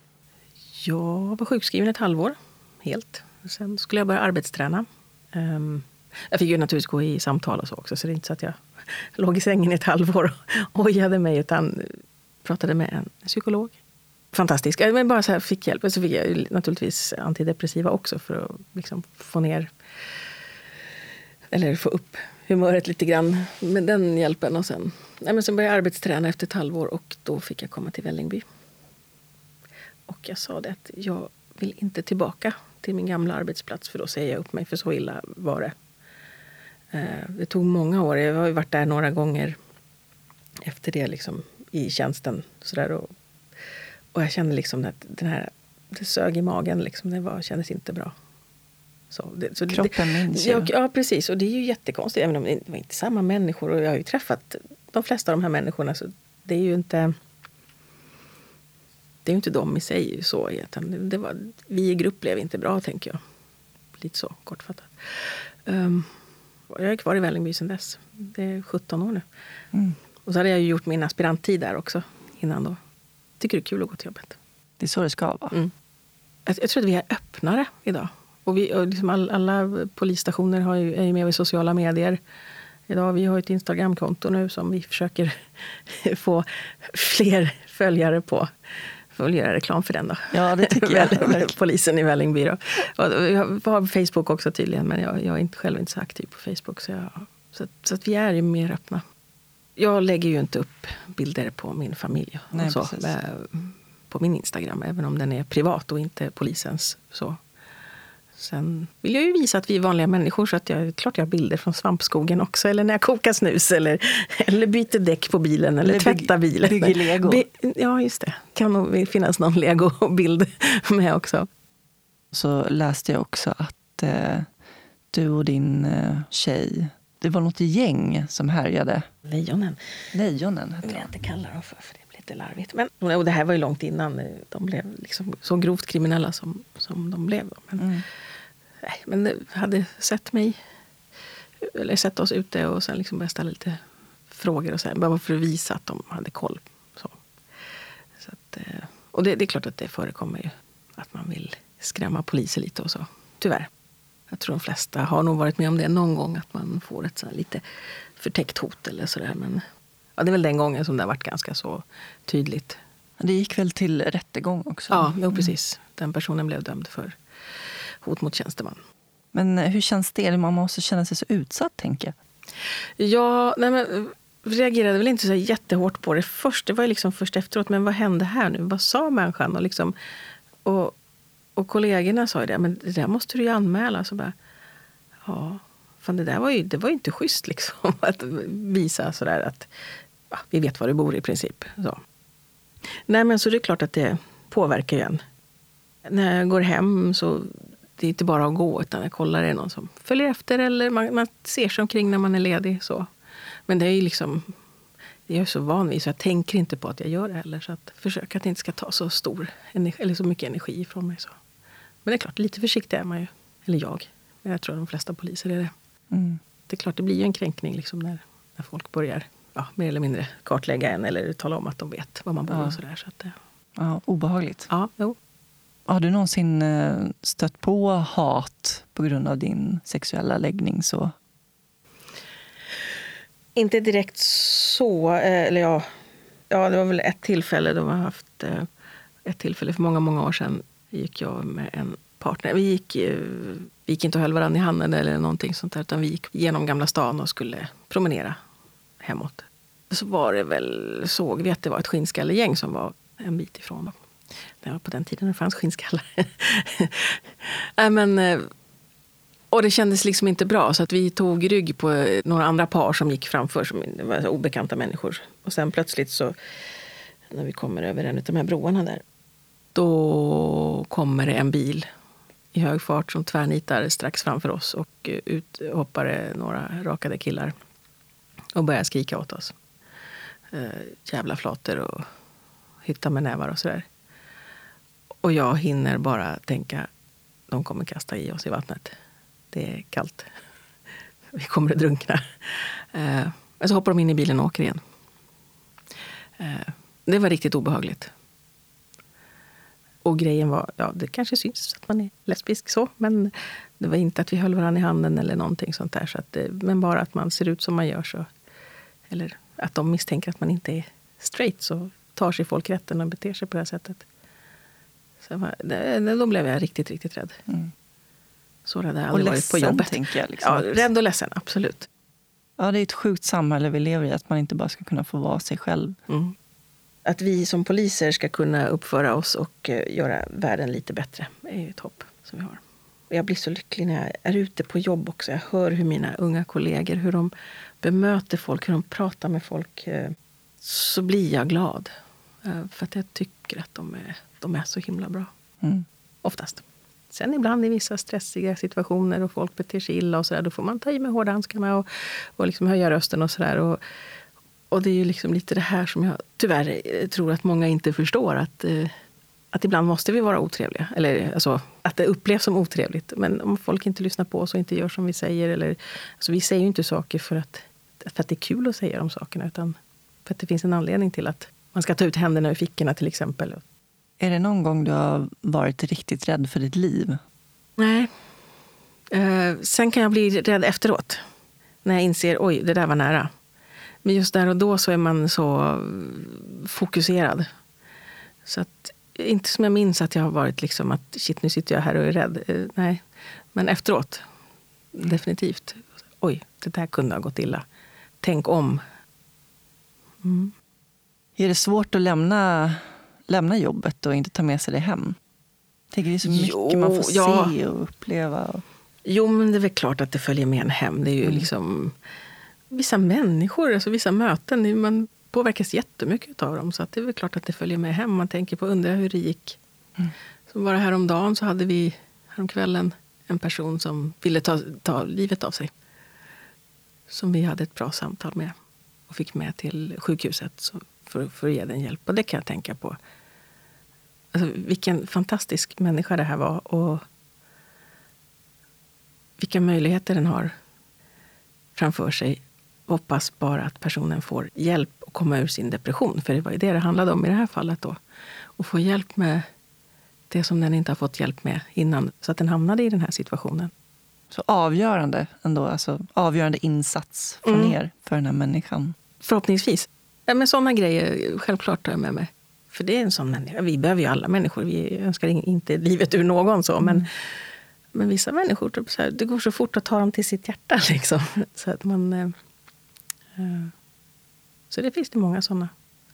S2: Jag var sjukskriven ett halvår, helt. Sen skulle jag börja arbetsträna. Jag fick ju naturligtvis gå i samtal och så också, så det är inte så att jag låg i sängen i ett halvår och ojade mig, utan pratade med en psykolog. Fantastisk. Men bara så här fick hjälp. Så fick jag naturligtvis antidepressiva också för att liksom få ner eller få upp humöret lite grann med den hjälpen. Och sen började jag arbetsträna efter ett halvår och då fick jag komma till Vällingby. Och jag sa det att jag vill inte tillbaka till min gamla arbetsplats, för då säger jag upp mig, för så illa var det. Det tog många år. Jag har ju varit där några gånger efter det liksom, i tjänsten. Sådär, och jag kände liksom att det sög i magen. Liksom, kändes inte bra.
S1: Kroppen minns ju.
S2: Ja, precis. Och det är ju jättekonstigt. Även om det var inte samma människor. Och jag har ju träffat de flesta av de här människorna. Så det är ju inte... Det är ju inte de i sig så. Utan vi i grupp blev inte bra, tänker jag. Lite så, kortfattat. Jag är kvar i Vällingby sedan dess. Det är 17 år nu. Mm. Och så hade jag ju gjort min aspiranttid där också innan då. Tycker det är kul att gå till jobbet.
S1: Det är så det ska vara.
S2: Mm. Jag tror att vi är öppnare idag. Och liksom alla polisstationer är ju med i sociala medier. Idag vi har ett Instagramkonto nu som vi försöker få fler följare på. Får göra reklam för den då.
S1: Ja, det tycker jag.
S2: Polisen i Vällingby då. Jag har Facebook också tydligen, men jag är själv inte så aktiv på Facebook. Så att vi är ju mer öppna. Jag lägger ju inte upp bilder på min familj och
S1: nej,
S2: så, på min Instagram, även om den är privat och inte polisens. Så. Sen vill jag ju visa att vi är vanliga människor, så att klart jag har bilder från svampskogen också, eller när jag kokar snus, eller byter däck på bilen, eller tvättar bilen.
S1: Bygger Lego.
S2: Ja, just det. Kan nog finnas någon Lego-bild med också.
S1: Så läste jag också att du och din tjej, det var något gäng som härjade.
S2: Lejonen
S1: heter
S2: jag inte kalla dem för det blir lite larvigt. Men och det här var ju långt innan de blev liksom så grovt kriminella som de blev. Men det hade sett sett oss ute och sen liksom började ställa lite frågor och sen bara för att visa att de hade koll. Så att, och det är klart att det förekommer ju att man vill skrämma poliser lite och så. Tyvärr. Jag tror de flesta har nog varit med om det någon gång, att man får ett så lite förtäckt hot eller sådär. Men ja, det är väl den gången som det har varit ganska så tydligt.
S1: Det gick väl till rättegång också?
S2: Ja, precis. Den personen blev dömd för hot mot tjänsteman.
S1: Men hur känns det? Man måste känna sig så utsatt, tänker jag.
S2: Ja, men reagerade väl inte så jättehårt på det först. Det var ju liksom först efteråt. Men vad hände här nu? Vad sa människan? Och kollegorna sa ju det, men det där måste du ju anmäla. Så bara, ja, fan det var ju inte schysst liksom, att visa sådär att vi vet var du bor i princip. Så. Nej, men så det är klart att det påverkar ju en. När jag går hem så det är inte bara att gå, utan jag kollar är någon som följer efter, eller man ser sig omkring när man är ledig. Så. Men det är ju liksom, jag är så van vid så jag tänker inte på att jag gör det heller. Så att försöka att det inte ska ta så stor energi, eller så mycket energi från mig. Så. Men det är klart, lite försiktig är man ju. Eller jag. Men jag tror att de flesta poliser är det. Mm. Det är klart, det blir ju en kränkning liksom när folk börjar mer eller mindre kartlägga en. Eller tala om att de vet var man bor och sådär. Så att,
S1: ja, obehagligt.
S2: Ja, jo.
S1: Har du någonsin stött på hat på grund av din sexuella läggning? Så?
S2: Inte direkt så. Eller ja, det var väl ett tillfälle. Då har haft ett tillfälle för många, många år sedan. Gick jag med en partner. Vi gick inte och höll varandra i handen eller någonting sånt där. Utan vi gick genom Gamla stan och skulle promenera hemåt. Så var det väl, såg vi att det var ett skinnskallegäng som var en bit ifrån. Det var på den tiden det fanns skinnskallar. Och det kändes liksom inte bra, så att vi tog rygg på några andra par som gick framför, som var obekanta människor. Och sen plötsligt så, när vi kommer över en av de här broarna där, då kommer det en bil i hög fart som tvärnitar strax framför oss, och ut hoppar några rakade killar och börjar skrika åt oss. Jävla flater och hytta med nävar och sådär. Och jag hinner bara tänka, de kommer kasta i oss i vattnet. Det är kallt. Vi kommer att drunkna. Men så hoppar de in i bilen och åker igen. Det var riktigt obehagligt. Och grejen var, det kanske syns att man är lesbisk så, men det var inte att vi höll varandra i handen eller någonting sånt där. Så att, men bara att man ser ut som man gör, så eller att de misstänker att man inte är straight, så tar sig folk rätten och beter sig på det här sättet. Så då blev jag riktigt, riktigt rädd. Så rädd har jag aldrig varit på jobbet.
S1: Tänker jag, liksom.
S2: Ja, rädd och ledsen, absolut.
S1: Ja, det är ett sjukt samhälle vi lever i, att man inte bara ska kunna få vara sig själv.
S2: Att vi som poliser ska kunna uppföra oss och göra världen lite bättre är ju ett hopp som vi har. Och jag blir så lycklig när jag är ute på jobb också. Jag hör hur mina unga kollegor, hur de bemöter folk, hur de pratar med folk. Så blir jag glad. För att jag tycker att de är så himla bra. Oftast. Sen ibland i vissa stressiga situationer och folk beter sig illa och sådär, då får man ta i med hårdhandskarna och liksom höja rösten och sådär. Och det är ju liksom lite det här som jag tyvärr tror att många inte förstår. Att ibland måste vi vara otrevliga. Eller alltså, att det upplevs som otrevligt. Men om folk inte lyssnar på oss och inte gör som vi säger. Alltså, vi säger ju inte saker för att det är kul att säga de sakerna. Utan för att det finns en anledning till att man ska ta ut händerna ur fickorna till exempel.
S1: Är det någon gång du har varit riktigt rädd för ditt liv?
S2: Nej. Sen kan jag bli rädd efteråt. När jag inser, oj, det där var nära. Men just där och då så är man så fokuserad. Så att, inte som jag minns att jag har varit liksom att shit, nu sitter jag här och är rädd. Nej, men efteråt. Definitivt. Oj, det där kunde ha gått illa. Tänk om.
S1: Är det svårt att lämna jobbet och inte ta med sig det hem? Tänker det är så mycket man får se och uppleva.
S2: Jo, men det är väl klart att det följer med en hem. Det är ju liksom vissa människor, alltså vissa möten. Man påverkas jättemycket av dem. Så att det är väl klart att det följer med hem. Man tänker på, undra hur det gick. Så bara häromdagen så hade vi häromkvällen en person som ville ta livet av sig. Som vi hade ett bra samtal med. Och fick med till sjukhuset för att ge den hjälp. Och det kan jag tänka på. Alltså, vilken fantastisk människa det här var. Och vilka möjligheter den har framför sig. Hoppas bara att personen får hjälp att komma ur sin depression. För det var ju det handlade om i det här fallet då. Och få hjälp med det som den inte har fått hjälp med innan. Så att den hamnade i den här situationen.
S1: Så avgörande ändå. Alltså avgörande insats från er för den här människan.
S2: Förhoppningsvis. Ja, men sådana grejer självklart tar jag med mig. För det är en sån människa. Vi behöver ju alla människor. Vi önskar inte livet ur någon så. Men vissa människor, typ så här, det går så fort att ta dem till sitt hjärta. Liksom. Så att man... Så det finns det många sådana.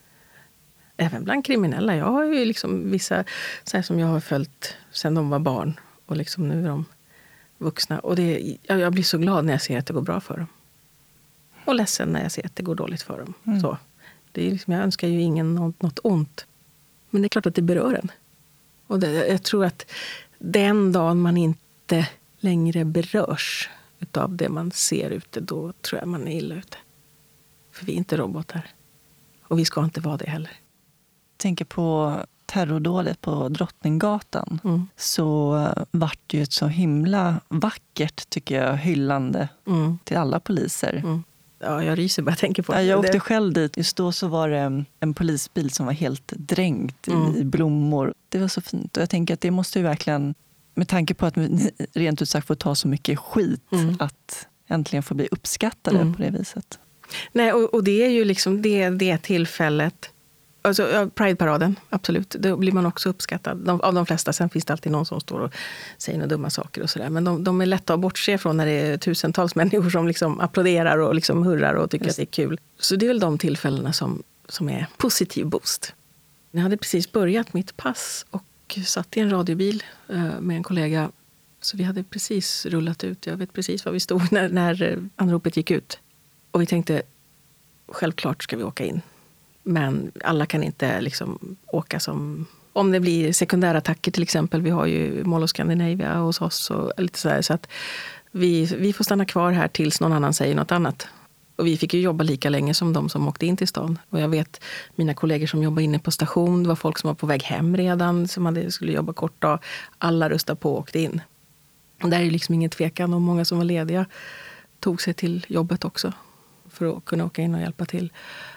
S2: Även bland kriminella. Jag har ju liksom vissa så här, som jag har följt sedan de var barn. Och liksom nu är de vuxna. Och jag blir så glad när jag ser att det går bra för dem. Och ledsen när jag ser att det går dåligt för dem. Så. Det är liksom, jag önskar ju ingen något ont. Men det är klart att det berör en. Och jag tror att den dagen man inte längre berörs utav det man ser ute, då tror jag man är illa ute. För vi är inte robotar. Och vi ska inte vara det heller.
S1: Jag tänker på terrordådet på Drottninggatan. Så vart det ju ett så himla vackert, tycker jag, hyllande till alla poliser.
S2: Ja, jag ryser bara jag tänker på det.
S1: Jag åkte själv dit. Just då så var det en polisbil som var helt dränkt i blommor. Det var så fint. Och jag tänker att det måste ju verkligen, med tanke på att ni rent ut sagt får ta så mycket skit, att äntligen få bli uppskattade på det viset.
S2: Nej, och det är ju liksom det tillfället. Alltså Pride-paraden, absolut. Då blir man också uppskattad av de flesta. Sen finns det alltid någon som står och säger några dumma saker och sådär. Men de är lätta att bortse från när det är tusentals människor som liksom applåderar och liksom hurrar och tycker att det är kul. Så det är väl de tillfällena som är positiv boost. Jag hade precis börjat mitt pass och satt i en radiobil med en kollega. Så vi hade precis rullat ut. Jag vet precis var vi stod när anropet gick ut. Och vi tänkte, självklart ska vi åka in. Men alla kan inte liksom åka som... Om det blir sekundärattacker till exempel. Vi har ju Mall of Scandinavia hos oss och lite så här. Så att vi får stanna kvar här tills någon annan säger något annat. Och vi fick ju jobba lika länge som de som åkte in till stan. Och jag vet mina kollegor som jobbar inne på station. Det var folk som var på väg hem redan. Som skulle jobba kort dag. Alla röstade på och åkte in. Och där är ju liksom ingen tvekan. Och många som var lediga tog sig till jobbet också. För att kunna åka in och hjälpa till.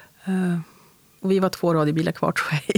S2: Och vi var 2 radiobilar kvar tror jag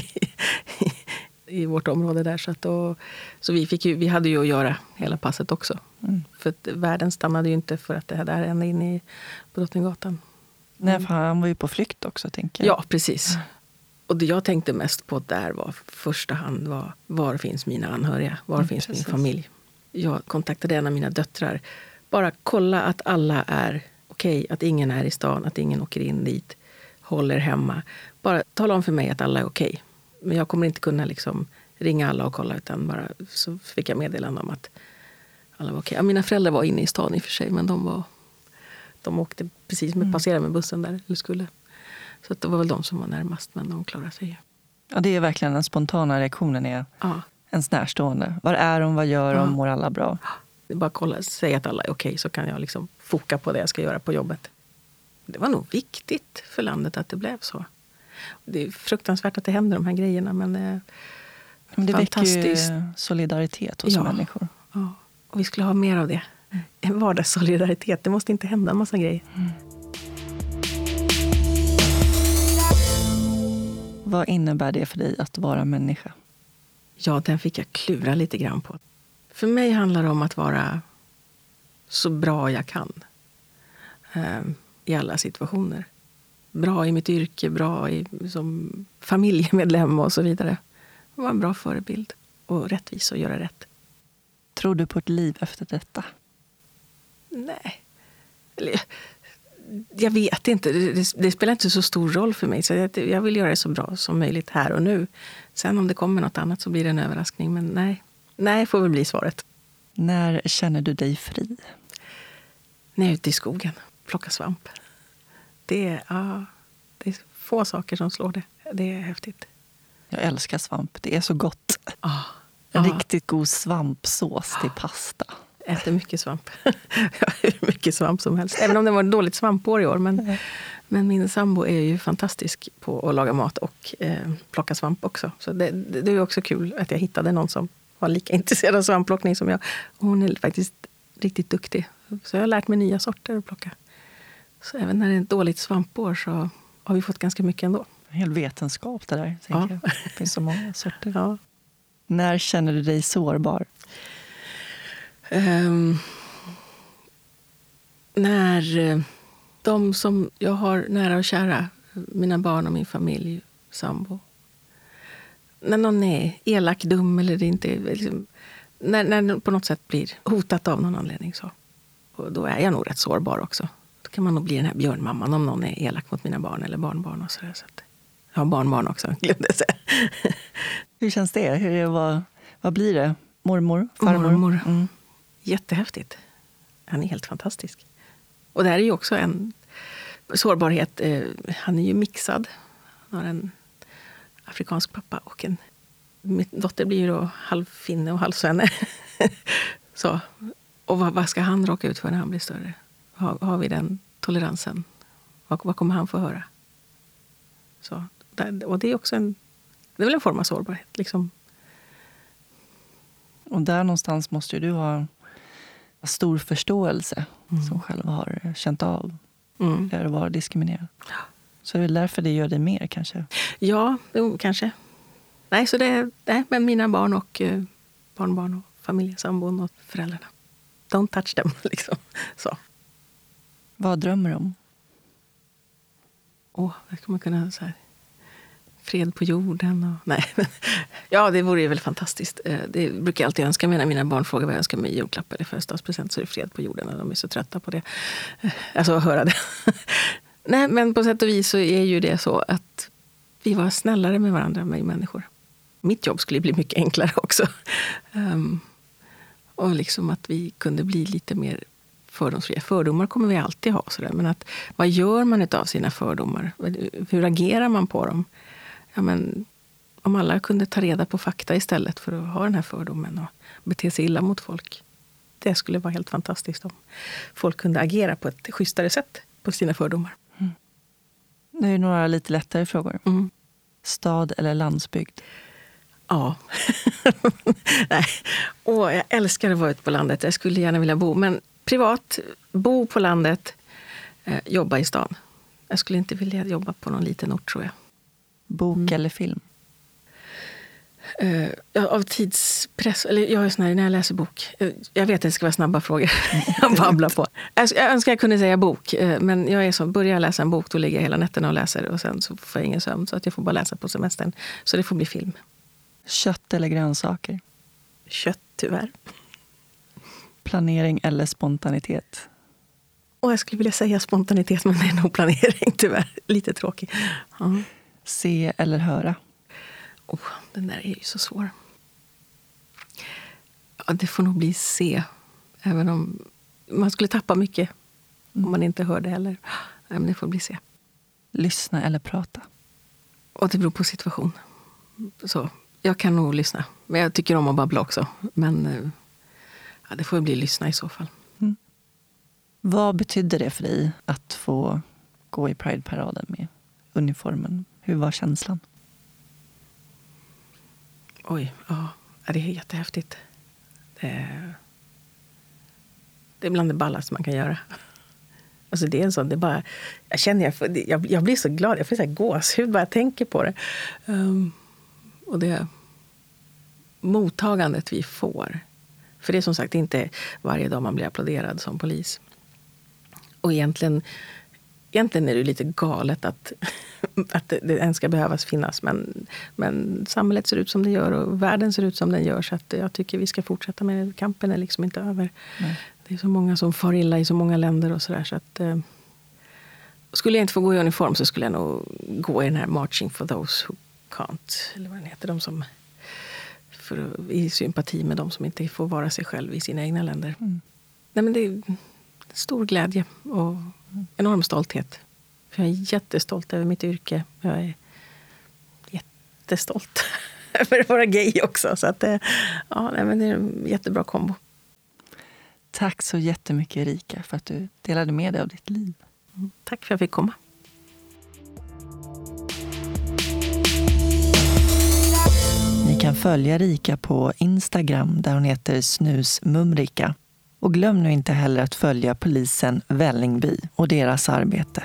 S2: i vårt område där. Så vi hade ju att göra hela passet också. För att världen stannade ju inte för att det här hände inne på Drottninggatan.
S1: Nej, för han var ju på flykt också, tänker jag.
S2: Ja, precis. Och det jag tänkte mest på där var första hand var finns mina anhöriga? Var finns min familj? Jag kontaktade en av mina döttrar. Bara kolla att alla är okej, att ingen är i stan, att ingen åker in dit, håller hemma. Bara tala om för mig att alla är okej. Men jag kommer inte kunna liksom ringa alla och kolla, utan bara så fick jag meddelande om att alla var okej. Ja, mina föräldrar var inne i stan i och för sig, men de åkte precis med passerade med bussen där, eller skulle. Så att det var väl de som var närmast, men de klarade sig.
S1: Ja, det är verkligen den spontana reaktionen är ens närstående. Var är de, vad gör de, mår alla bra?
S2: Det är bara kolla, säga att alla är okej, så kan jag liksom foka på det jag ska göra på jobbet. Det var nog viktigt för landet att det blev så. Det är fruktansvärt att det händer de här grejerna, men
S1: det väcker ju solidaritet hos människor.
S2: Ja, och vi skulle ha mer av det. En vardagssolidaritet, det måste inte hända en massa grejer.
S1: Vad innebär det för dig att vara människa?
S2: Ja, den fick jag klura lite grann på. För mig handlar det om att vara så bra jag kan i alla situationer. Bra i mitt yrke, bra som familjemedlem och så vidare. Vara en bra förebild och rättvis och göra rätt.
S1: Tror du på ett liv efter detta?
S2: Nej. Jag vet inte. Det spelar inte så stor roll för mig. Så jag vill göra det så bra som möjligt här och nu. Sen om det kommer något annat så blir det en överraskning. Men nej. Nej får väl bli svaret.
S1: När känner du dig fri?
S2: När jag är ute i skogen. Plocka svamp. Det är få saker som slår det. Det är häftigt.
S1: Jag älskar svamp. Det är så gott. En riktigt god svampsås till pasta.
S2: Äter mycket svamp. Hur mycket svamp som helst. Även om det var ett dåligt svampår i år. Men min sambo är ju fantastisk på att laga mat och plocka svamp också. Så det är också kul att jag hittade någon som var lika intresserad av svampplockning som jag. Och hon är faktiskt riktigt duktig. Så jag har lärt mig nya sorter att plocka. Så även när det är ett dåligt svampår så har vi fått ganska mycket ändå.
S1: En hel vetenskap det där, tänker jag. Det finns så många sorter.
S2: Ja.
S1: När känner du dig sårbar?
S2: När de som jag har nära och kära, mina barn och min familj, sambo. När någon är elak, dum eller inte, liksom, när på något sätt blir hotat av någon anledning. Så. Och då är jag nog rätt sårbar också. Då kan man nog bli den här björnmamman om någon är elak mot mina barn eller barnbarn. Och så där, så att jag har barnbarn också, glömde jag säga.
S1: Hur känns det? Vad blir det? Mormor? Farmor?
S2: Mormor. Mm. Jättehäftigt. Han är helt fantastisk. Och det här är ju också en sårbarhet. Han är ju mixad. Han har en afrikansk pappa och min dotter blir ju då halvfinne och halvsvenne. Så. Och vad ska han råka ut för när han blir större? Har vi den toleransen? Vad kommer han få höra? Så. Och det är också det är väl en form av sårbarhet. Liksom.
S1: Och där någonstans måste ju du ha stor förståelse som själv har känt av eller var diskriminerad. Så det är väl därför det gör dig mer kanske? Ja,
S2: kanske. Nej, så det är med mina barn och barnbarn och familjesambon och föräldrarna. Don't touch them, liksom. Så.
S1: Vad drömmer du om?
S2: Det ska man kunna säga. Fred på jorden. Nej. Ja, det vore ju väl fantastiskt. Det brukar jag alltid önska mig när mina barn frågar vad jag önskar mig i julklapp eller födelsedagspresent, så är det fred på jorden. Och de är så trötta på det. Alltså att höra det. Nej, men på sätt och vis så är ju det så att vi var snällare med varandra, med människor. Mitt jobb skulle bli mycket enklare också. Och liksom att vi kunde bli lite mer fördomsfria. Fördomar kommer vi alltid ha. Sådär. Men vad gör man av sina fördomar? Hur agerar man på dem? Ja, men, om alla kunde ta reda på fakta istället för att ha den här fördomen och bete sig illa mot folk. Det skulle vara helt fantastiskt om folk kunde agera på ett schysstare sätt på sina fördomar.
S1: Det är några lite lättare frågor. Stad eller landsbygd?
S2: Ja. Nej. Jag älskar att vara ute på landet. Jag skulle gärna vilja bo. Men privat, bo på landet, jobba i stan. Jag skulle inte vilja jobba på någon liten ort, tror jag.
S1: Bok eller film?
S2: Av tidspress. Eller jag är sån här när jag läser bok. Jag vet att det ska vara snabba frågor. Jag babblar på. Jag önskar jag kunde säga bok, men jag är så, börjar jag läsa en bok då ligger jag hela nätterna och läser och sen så får jag ingen sömn så att jag får bara läsa på semestern. Så det får bli film.
S1: Kött eller grönsaker?
S2: Kött, tyvärr.
S1: Planering eller spontanitet?
S2: Och jag skulle vilja säga spontanitet, men det är nog planering, tyvärr. Lite tråkigt. Ja.
S1: Se eller höra?
S2: Den där är ju så svår. Ja, det får nog bli se. Även om man skulle tappa mycket om man inte hör det heller. Nej, men det får bli se.
S1: Lyssna eller prata?
S2: Och det beror på situation. Så jag kan nog lyssna. Men jag tycker om att babbla också. Men ja, det får bli lyssna i så fall.
S1: Mm. Vad betydde det för dig att få gå i Pride-paraden med uniformen? Hur var känslan?
S2: Oj, ja. Det är jättehäftigt. Det är bland det ballaste man kan göra. Alltså det är en sån, det är bara, jag känner, jag blir så glad, jag får så här gåshud bara jag tänker på det. Och det mottagandet vi får. För det är som sagt inte varje dag man blir applåderad som polis. Och egentligen är det lite galet att det ens ska behövas finnas. Men samhället ser ut som det gör och världen ser ut som den gör. Så att jag tycker vi ska fortsätta med kampen är liksom inte över. Nej. Det är så många som far illa i så många länder och sådär. Så att, skulle jag inte få gå i uniform så skulle jag nog gå i den här Marching for those who can't. Eller vad den heter. De som, i sympati med de som inte får vara sig själv i sina egna länder. Mm. Nej, men det är stor glädje och enorm stolthet. För jag är jättestolt över mitt yrke. Jag är jättestolt över att vara gay också. Så att, ja, nej, men det är en jättebra kombo.
S1: Tack så jättemycket Erika för att du delade med dig av ditt liv.
S2: Tack för att jag fick komma.
S1: Ni kan följa Erika på Instagram där hon heter snusmumrika. Och glöm nu inte heller att följa polisen Vällingby och deras arbete.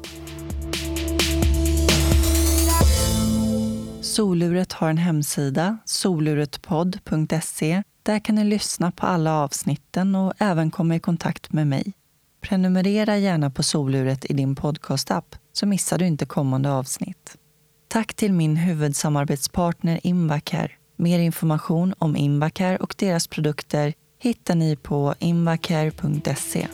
S1: Soluret har en hemsida, soluretpodd.se. Där kan ni lyssna på alla avsnitten och även komma i kontakt med mig. Prenumerera gärna på Soluret i din podcastapp så missar du inte kommande avsnitt. Tack till min huvudsamarbetspartner Invacare. Mer information om Invacare och deras produkter hittar ni på invacare.se.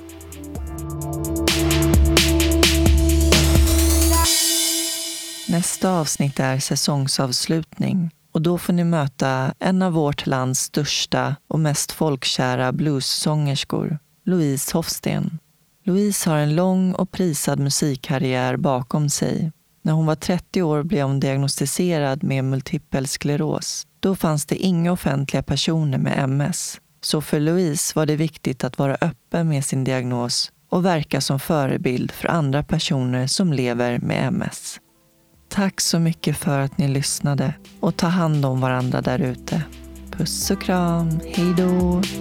S1: Nästa avsnitt är säsongsavslutning och då får ni möta en av vårt lands största och mest folkkära bluessångerskor, Louise Hofsten. Louise har en lång och prisad musikkarriär bakom sig. När hon var 30 år blev hon diagnostiserad med multipel skleros. Då fanns det inga offentliga personer med MS. Så för Louise var det viktigt att vara öppen med sin diagnos och verka som förebild för andra personer som lever med MS. Tack så mycket för att ni lyssnade och ta hand om varandra där ute. Puss och kram, hej då!